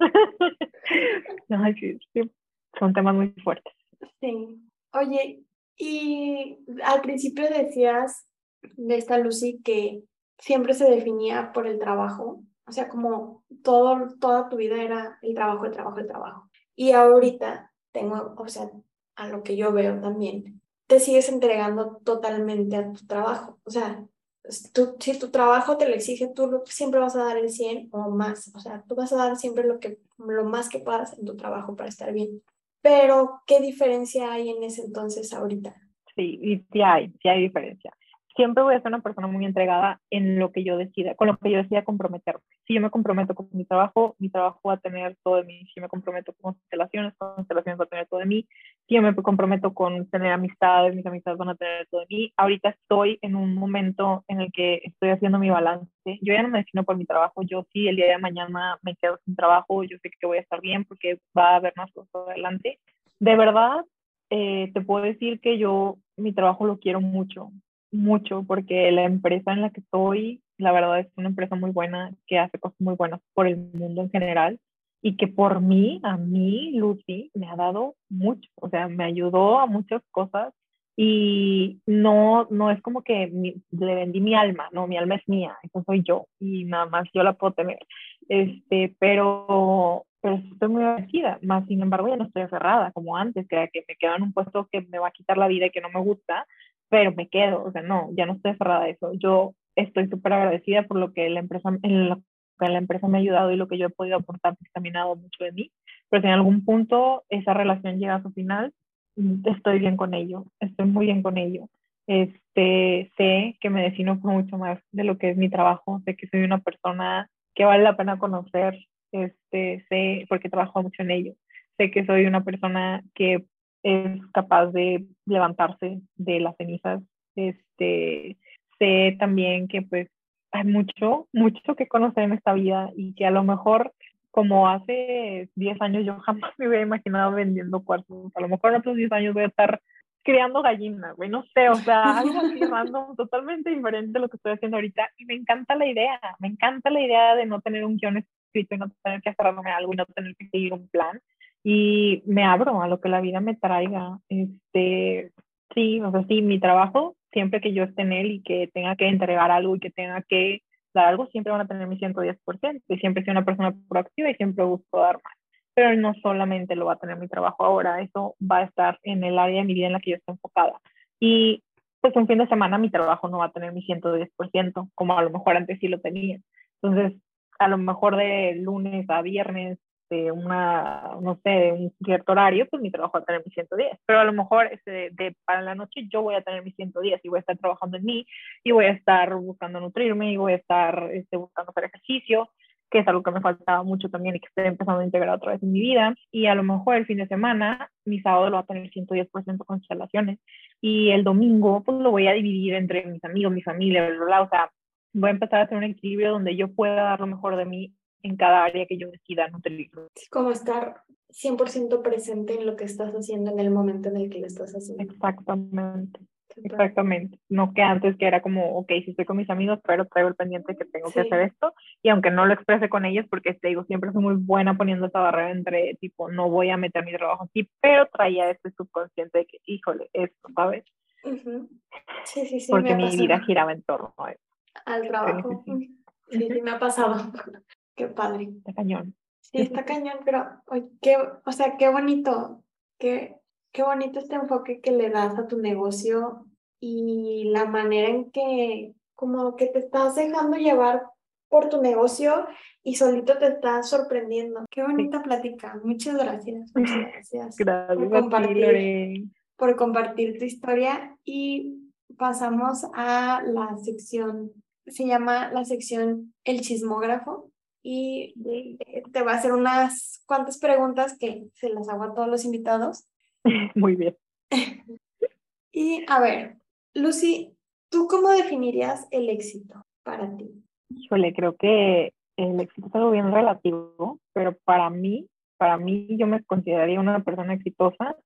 C: No, sí, sí, son temas muy fuertes.
B: Sí. Oye, y al principio decías de esta Lucy que siempre se definía por el trabajo, o sea, como todo, toda tu vida era el trabajo, el trabajo, el trabajo. Y ahorita tengo, o sea, a lo que yo veo también, te sigues entregando totalmente a tu trabajo. O sea, tú, si tu trabajo te lo exige, tú lo- siempre vas a dar el cien o más. O sea, tú vas a dar siempre lo que, lo más que puedas en tu trabajo para estar bien. Pero, ¿qué diferencia hay en ese entonces ahorita?
C: Sí, y sí hay, sí hay diferencia. Siempre voy a ser una persona muy entregada en lo que yo decida, con lo que yo decida comprometerme. Si yo me comprometo con mi trabajo, mi trabajo va a tener todo de mí. Si yo me comprometo con constelaciones, constelaciones va a tener todo de mí. Si yo me comprometo con tener amistades, mis amistades van a tener todo de mí. Ahorita estoy en un momento en el que estoy haciendo mi balance. Yo ya no me defino por mi trabajo. Yo sí, el día de mañana me quedo sin trabajo. Yo sé que voy a estar bien porque va a haber más cosas adelante. De verdad, eh, te puedo decir que yo mi trabajo lo quiero mucho, mucho, porque la empresa en la que estoy, la verdad es una empresa muy buena, que hace cosas muy buenas por el mundo en general, y que por mí, a mí, Lucy, me ha dado mucho, o sea, me ayudó a muchas cosas, y no, no es como que mi, le vendí mi alma, no, mi alma es mía, eso soy yo, y nada más yo la puedo tener, este, pero, pero estoy muy agradecida, más sin embargo ya no estoy aferrada como antes, que era que me quedo en un puesto que me va a quitar la vida y que no me gusta, pero me quedo, o sea, no, ya no estoy aferrada a eso. Yo estoy súper agradecida por lo que la empresa, en lo que la empresa me ha ayudado y lo que yo he podido aportar, porque también ha dado mucho de mí, pero si en algún punto esa relación llega a su final, estoy bien con ello, estoy muy bien con ello. Este, sé que me defino por mucho más de lo que es mi trabajo, sé que soy una persona que vale la pena conocer, este, sé, porque trabajo mucho en ello, sé que soy una persona que es capaz de levantarse de las cenizas, este, sé también que pues hay mucho, mucho que conocer en esta vida y que a lo mejor como hace diez años yo jamás me hubiera imaginado vendiendo cuarzos, a lo mejor en otros diez años voy a estar criando gallinas, güey, no sé, o sea, algo así random, totalmente diferente de lo que estoy haciendo ahorita y me encanta la idea, me encanta la idea de no tener un guión escrito y no tener que aferrarme a algo y no tener que seguir un plan y me abro a lo que la vida me traiga, este, sí, o sea, sí, mi trabajo, siempre que yo esté en él y que tenga que entregar algo y que tenga que dar algo, siempre van a tener mi ciento diez por ciento y siempre soy una persona proactiva y siempre busco dar más. Pero no solamente lo va a tener mi trabajo ahora, eso va a estar en el área de mi vida en la que yo estoy enfocada. Y pues un fin de semana mi trabajo no va a tener mi ciento diez por ciento, como a lo mejor antes sí lo tenía. Entonces, a lo mejor de lunes a viernes, de una, no sé, de un cierto horario, pues mi trabajo va a tener mi ciento diez. Pero a lo mejor este, de, para la noche yo voy a tener mi ciento diez y voy a estar trabajando en mí y voy a estar buscando nutrirme y voy a estar este, buscando hacer ejercicio, que es algo que me faltaba mucho también y que estoy empezando a integrar otra vez en mi vida. Y a lo mejor el fin de semana, mi sábado lo va a tener ciento diez por ciento con instalaciones. Y el domingo, pues lo voy a dividir entre mis amigos, mi familia, bla, bla, bla. O sea, voy a empezar a hacer un equilibrio donde yo pueda dar lo mejor de mí en cada área que yo decida nutrir.
B: Sí, como estar cien por ciento presente en lo que estás haciendo en el momento en el que lo estás haciendo.
C: Exactamente. Exactamente, no que antes que era como, ok, si estoy con mis amigos, pero traigo el pendiente que tengo sí. que hacer esto, y aunque no lo exprese con ellos, porque te digo, siempre soy muy buena poniendo esa barrera entre, tipo, no voy a meter mi trabajo aquí, pero traía este subconsciente de que, híjole, esto, ¿sabes?
B: Uh-huh. Sí, sí, sí.
C: Porque mi vida giraba en torno a eso.
B: Al trabajo. Sí, sí, sí, sí, sí me ha pasado. Qué padre.
C: Está cañón.
B: Sí, está cañón, pero, oye, qué, o sea, qué bonito, qué, qué bonito este enfoque que le das a tu negocio y la manera en que como que te estás dejando llevar por tu negocio y solito te estás sorprendiendo. Qué bonita sí. plática. Muchas gracias. Muchas gracias.
C: Gracias
B: por
C: a
B: compartir,
C: ti, Lore.
B: por compartir tu historia y pasamos a la sección, se llama la sección El Chismógrafo. Y te voy a hacer unas cuantas preguntas que se las hago a todos los invitados.
C: Muy bien.
B: Y a ver, Lucy, ¿tú cómo definirías el éxito para ti?
C: Híjole, creo que el éxito es algo bien relativo, pero para mí, para mí yo me consideraría una persona exitosa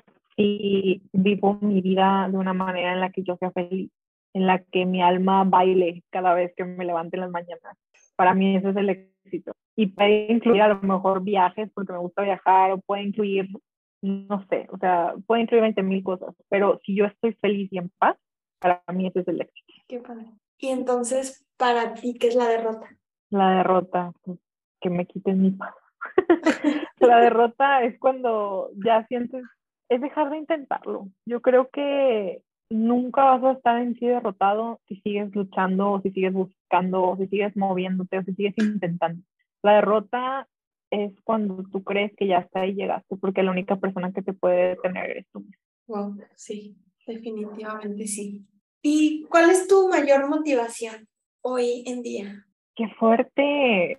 C: si vivo mi vida de una manera en la que yo sea feliz, en la que mi alma baile cada vez que me levante en las mañanas. Para mí eso es el éxito. Y puede incluir a lo mejor viajes, porque me gusta viajar, o puede incluir, no sé, o sea, puede incluir veinte mil cosas, pero si yo estoy feliz y en paz, para mí ese es el éxito.
B: Qué padre. Y entonces, para ti, ¿qué es la derrota?
C: La derrota, pues, que me quiten mi paz. La derrota es cuando ya sientes, es dejar de intentarlo. Yo creo que nunca vas a estar en sí derrotado si sigues luchando, o si sigues buscando, o si sigues moviéndote, o si sigues intentando. La derrota es cuando tú crees que ya hasta ahí llegaste, porque la única persona que te puede detener eres tú mismo.
B: Wow, sí, definitivamente sí. ¿Y cuál es tu mayor motivación hoy en día?
C: ¡Qué fuerte!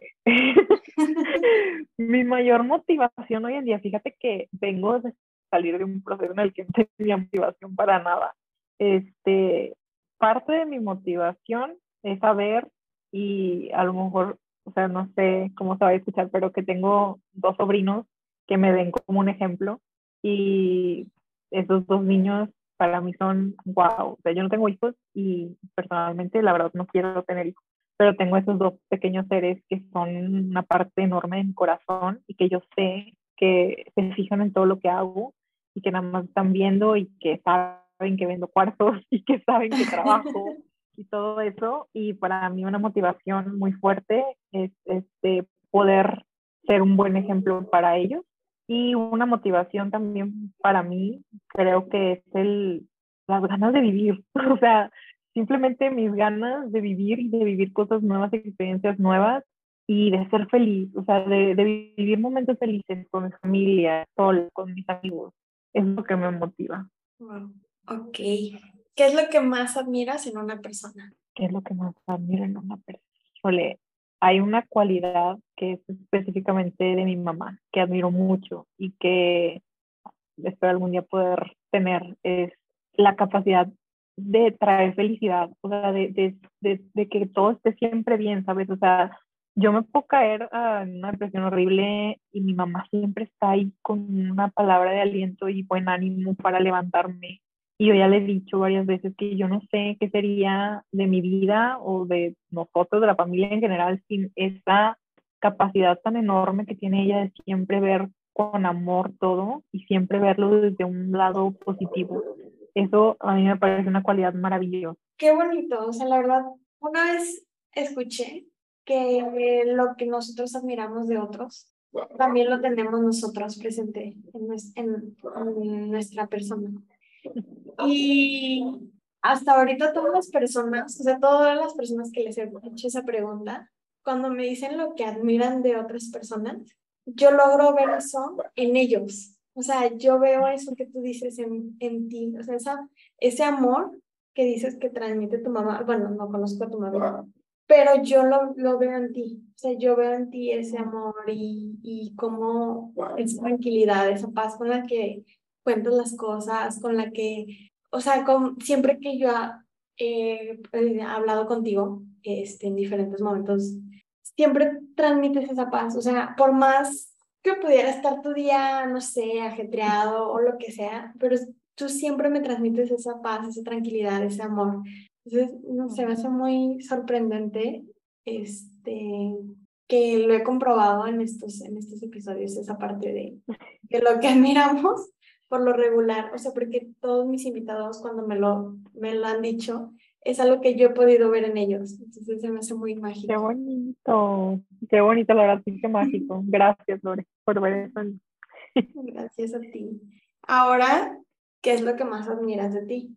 C: Mi mayor motivación hoy en día, fíjate que vengo de salir de un proceso en el que no tenía motivación para nada. Este, parte de mi motivación es saber, y a lo mejor, o sea, no sé cómo se va a escuchar, pero que tengo dos sobrinos que me ven como un ejemplo, y esos dos niños para mí son wow. O sea, yo no tengo hijos y personalmente la verdad no quiero tener hijos, pero tengo esos dos pequeños seres que son una parte enorme de mi corazón y que yo sé que se fijan en todo lo que hago y que nada más están viendo y que saben que vendo cuartos y que saben que trabajo y todo eso. Y para mí una motivación muy fuerte es este, poder ser un buen ejemplo para ellos. Y una motivación también para mí, creo que es el, las ganas de vivir. O sea, simplemente mis ganas de vivir y de vivir cosas nuevas, experiencias nuevas y de ser feliz. O sea, de, de vivir momentos felices con mi familia, sola, con mis amigos. Es lo que me motiva.
B: Wow. Ok. ¿Qué es lo que más admiras en una persona?
C: ¿Qué es lo que más admiro en una persona? Híjole, hay una cualidad que es específicamente de mi mamá, que admiro mucho y que espero algún día poder tener, es la capacidad de traer felicidad, o sea, de, de, de, de que todo esté siempre bien, ¿sabes? O sea, yo me puedo caer uh, en una depresión horrible y mi mamá siempre está ahí con una palabra de aliento y buen ánimo para levantarme. Y yo ya le he dicho varias veces que yo no sé qué sería de mi vida o de nosotros, de la familia en general, sin esa capacidad tan enorme que tiene ella de siempre ver con amor todo y siempre verlo desde un lado positivo. Eso a mí me parece una cualidad maravillosa.
B: Qué bonito, o sea, la verdad, una vez escuché que lo que nosotros admiramos de otros, también lo tenemos nosotros presente en, nues- en, en nuestra persona. Y hasta ahorita todas las personas, o sea, todas las personas que les he hecho esa pregunta, cuando me dicen lo que admiran de otras personas, yo logro ver eso en ellos. O sea, yo veo eso que tú dices en, en ti, o sea, esa, ese amor que dices que transmite tu mamá. Bueno, no conozco a tu mamá, pero yo lo, lo veo en ti. O sea, yo veo en ti ese amor y, y cómo esa tranquilidad, esa paz con la que cuentas las cosas, con la que, o sea, con, siempre que yo he, he hablado contigo este, en diferentes momentos, siempre transmites esa paz. O sea, por más que pudiera estar tu día, no sé, ajetreado o lo que sea, pero tú siempre me transmites esa paz, esa tranquilidad, ese amor. Entonces, no sé, me hace muy sorprendente este, que lo he comprobado en estos, en estos episodios, esa parte de, de lo que admiramos por lo regular, o sea, porque todos mis invitados cuando me lo, me lo han dicho, es algo que yo he podido ver en ellos, entonces se me hace muy
C: Qué
B: mágico.
C: bonito, qué bonito, la verdad, sí, qué mágico. Gracias, Lore, por ver eso.
B: Gracias a ti. Ahora, ¿qué es lo que más admiras de ti?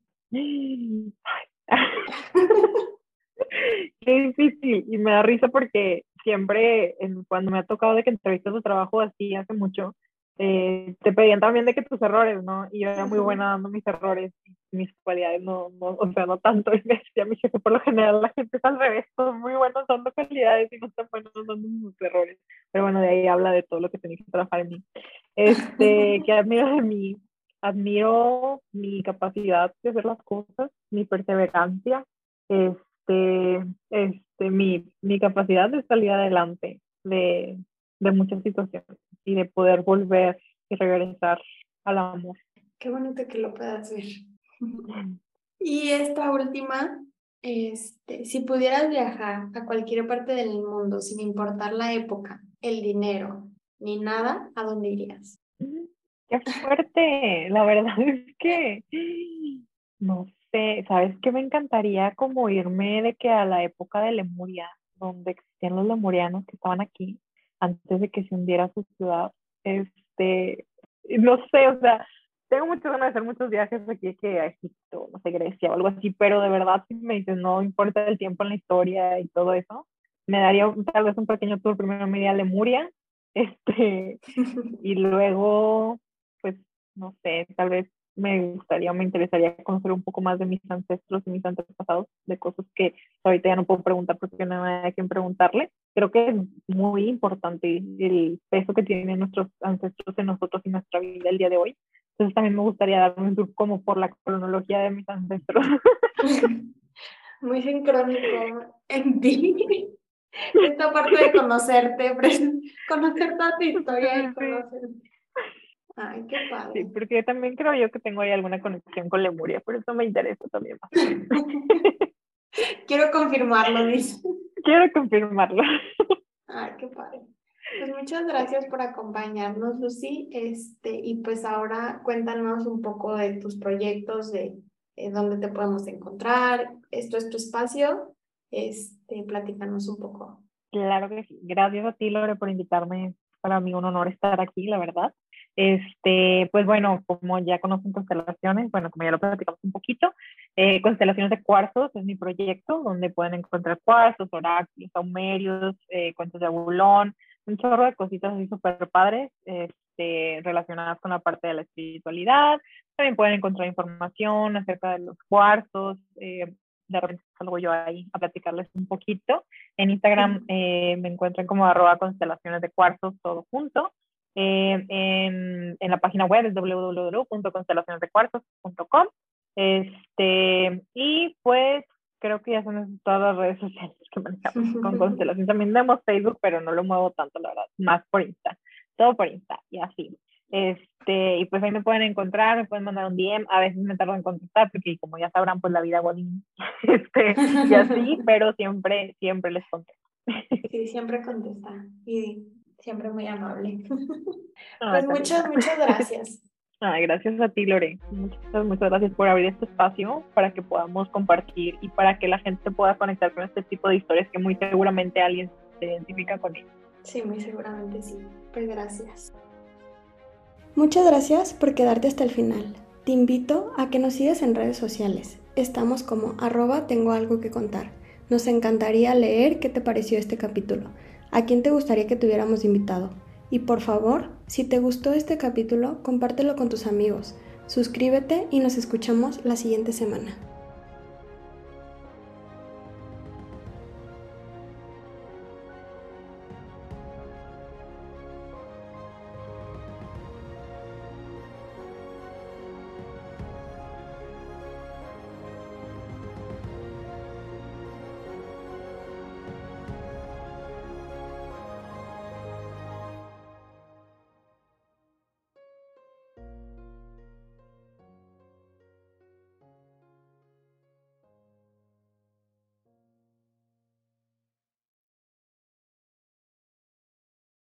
C: Qué difícil y me da risa porque siempre en, cuando me ha tocado de que entrevistas de trabajo así hace mucho, eh, te pedían también de que tus errores, ¿no? Y yo era muy buena dando mis errores y mis cualidades no, no, o sea, no tanto. Y me decía mi jefe, por lo general la gente es al revés, son muy buenos dando cualidades y no tan buenos dando sus errores. Pero bueno, de ahí habla de todo lo que tenía que trabajar en mí. Este, ¿qué admiro de mí? Admiro mi capacidad de hacer las cosas, mi perseverancia, este, este, mi, mi capacidad de salir adelante de, de muchas situaciones y de poder volver y regresar al amor.
B: Qué bonito que lo puedas ver. Y esta última, este, si pudieras viajar a cualquier parte del mundo sin importar la época, el dinero, ni nada, ¿a dónde irías?
C: ¡Qué fuerte! La verdad es que no sé, ¿sabes qué? Me encantaría como irme de que a la época de Lemuria, donde existían los lemurianos que estaban aquí antes de que se hundiera su ciudad. Este, no sé, o sea, tengo muchas ganas de hacer muchos viajes aquí que a Egipto, no sé, Grecia o algo así, pero de verdad si me dices, no importa el tiempo en la historia y todo eso, me daría tal vez un pequeño tour. Primero me iría a Lemuria, este, y luego, pues, no sé, tal vez me gustaría, me interesaría conocer un poco más de mis ancestros y mis antepasados, de cosas que ahorita ya no puedo preguntar porque no hay a quien preguntarle. Creo que es muy importante el peso que tienen nuestros ancestros en nosotros y nuestra vida el día de hoy. Entonces también me gustaría darme un tour como por la cronología de mis ancestros.
B: Muy sincrónico en ti. Esta parte de conocerte, conocer toda tu historia y
C: Sí,
B: conocerte. Ay, qué
C: sí,
B: padre.
C: porque también creo yo que tengo ahí alguna conexión con Lemuria, por eso me interesa también más.
B: Quiero confirmarlo, dice.
C: Quiero confirmarlo.
B: Ay, qué padre. Pues muchas gracias por acompañarnos, Lucy. Este, y pues ahora cuéntanos un poco de tus proyectos, de, de dónde te podemos encontrar. Esto es tu espacio. Este, platícanos un poco.
C: Claro que sí. Gracias a ti, Lore, por invitarme para mí un honor estar aquí, la verdad. Este, pues bueno, como ya conocen Constelaciones, bueno, como ya lo platicamos un poquito, eh, Constelaciones de Cuarzos es mi proyecto donde pueden encontrar cuarzos, oráculos, saumerios, eh, cuentos de abulón, un chorro de cositas así súper padres este, relacionadas con la parte de la espiritualidad. También pueden encontrar información acerca de los cuarzos. Eh, de repente salgo yo ahí a platicarles un poquito. En Instagram eh, me encuentran como arroba constelaciones de cuarzos, todo junto. Eh, en, en la página web es w w w punto constelaciones de cuarzos punto com. Este, y pues creo que ya son todas las redes sociales que manejamos con Constelación. También tenemos Facebook, pero no lo muevo tanto, la verdad, más por Insta, todo por Insta y así. Este, y pues ahí me pueden encontrar, me pueden mandar un D M, a veces me tardo en contestar porque como ya sabrán, pues la vida godín, este, y así, pero siempre, siempre les contesto.
B: Sí, siempre contesta y siempre muy amable.
C: Ay,
B: Pues muchas, muchas gracias.
C: Ay, gracias a ti, Lore. Muchas, muchas gracias por abrir este espacio para que podamos compartir y para que la gente pueda conectar con este tipo de historias que muy seguramente alguien se identifica con ellas.
B: Sí, muy seguramente sí. Pues gracias. Muchas gracias por quedarte hasta el final. Te invito a que nos sigas en redes sociales. Estamos como arroba tengo algo que contar. Nos encantaría leer qué te pareció este capítulo. ¿A quién te gustaría que tuviéramos invitado? Y por favor, si te gustó este capítulo, compártelo con tus amigos. Suscríbete y nos escuchamos la siguiente semana.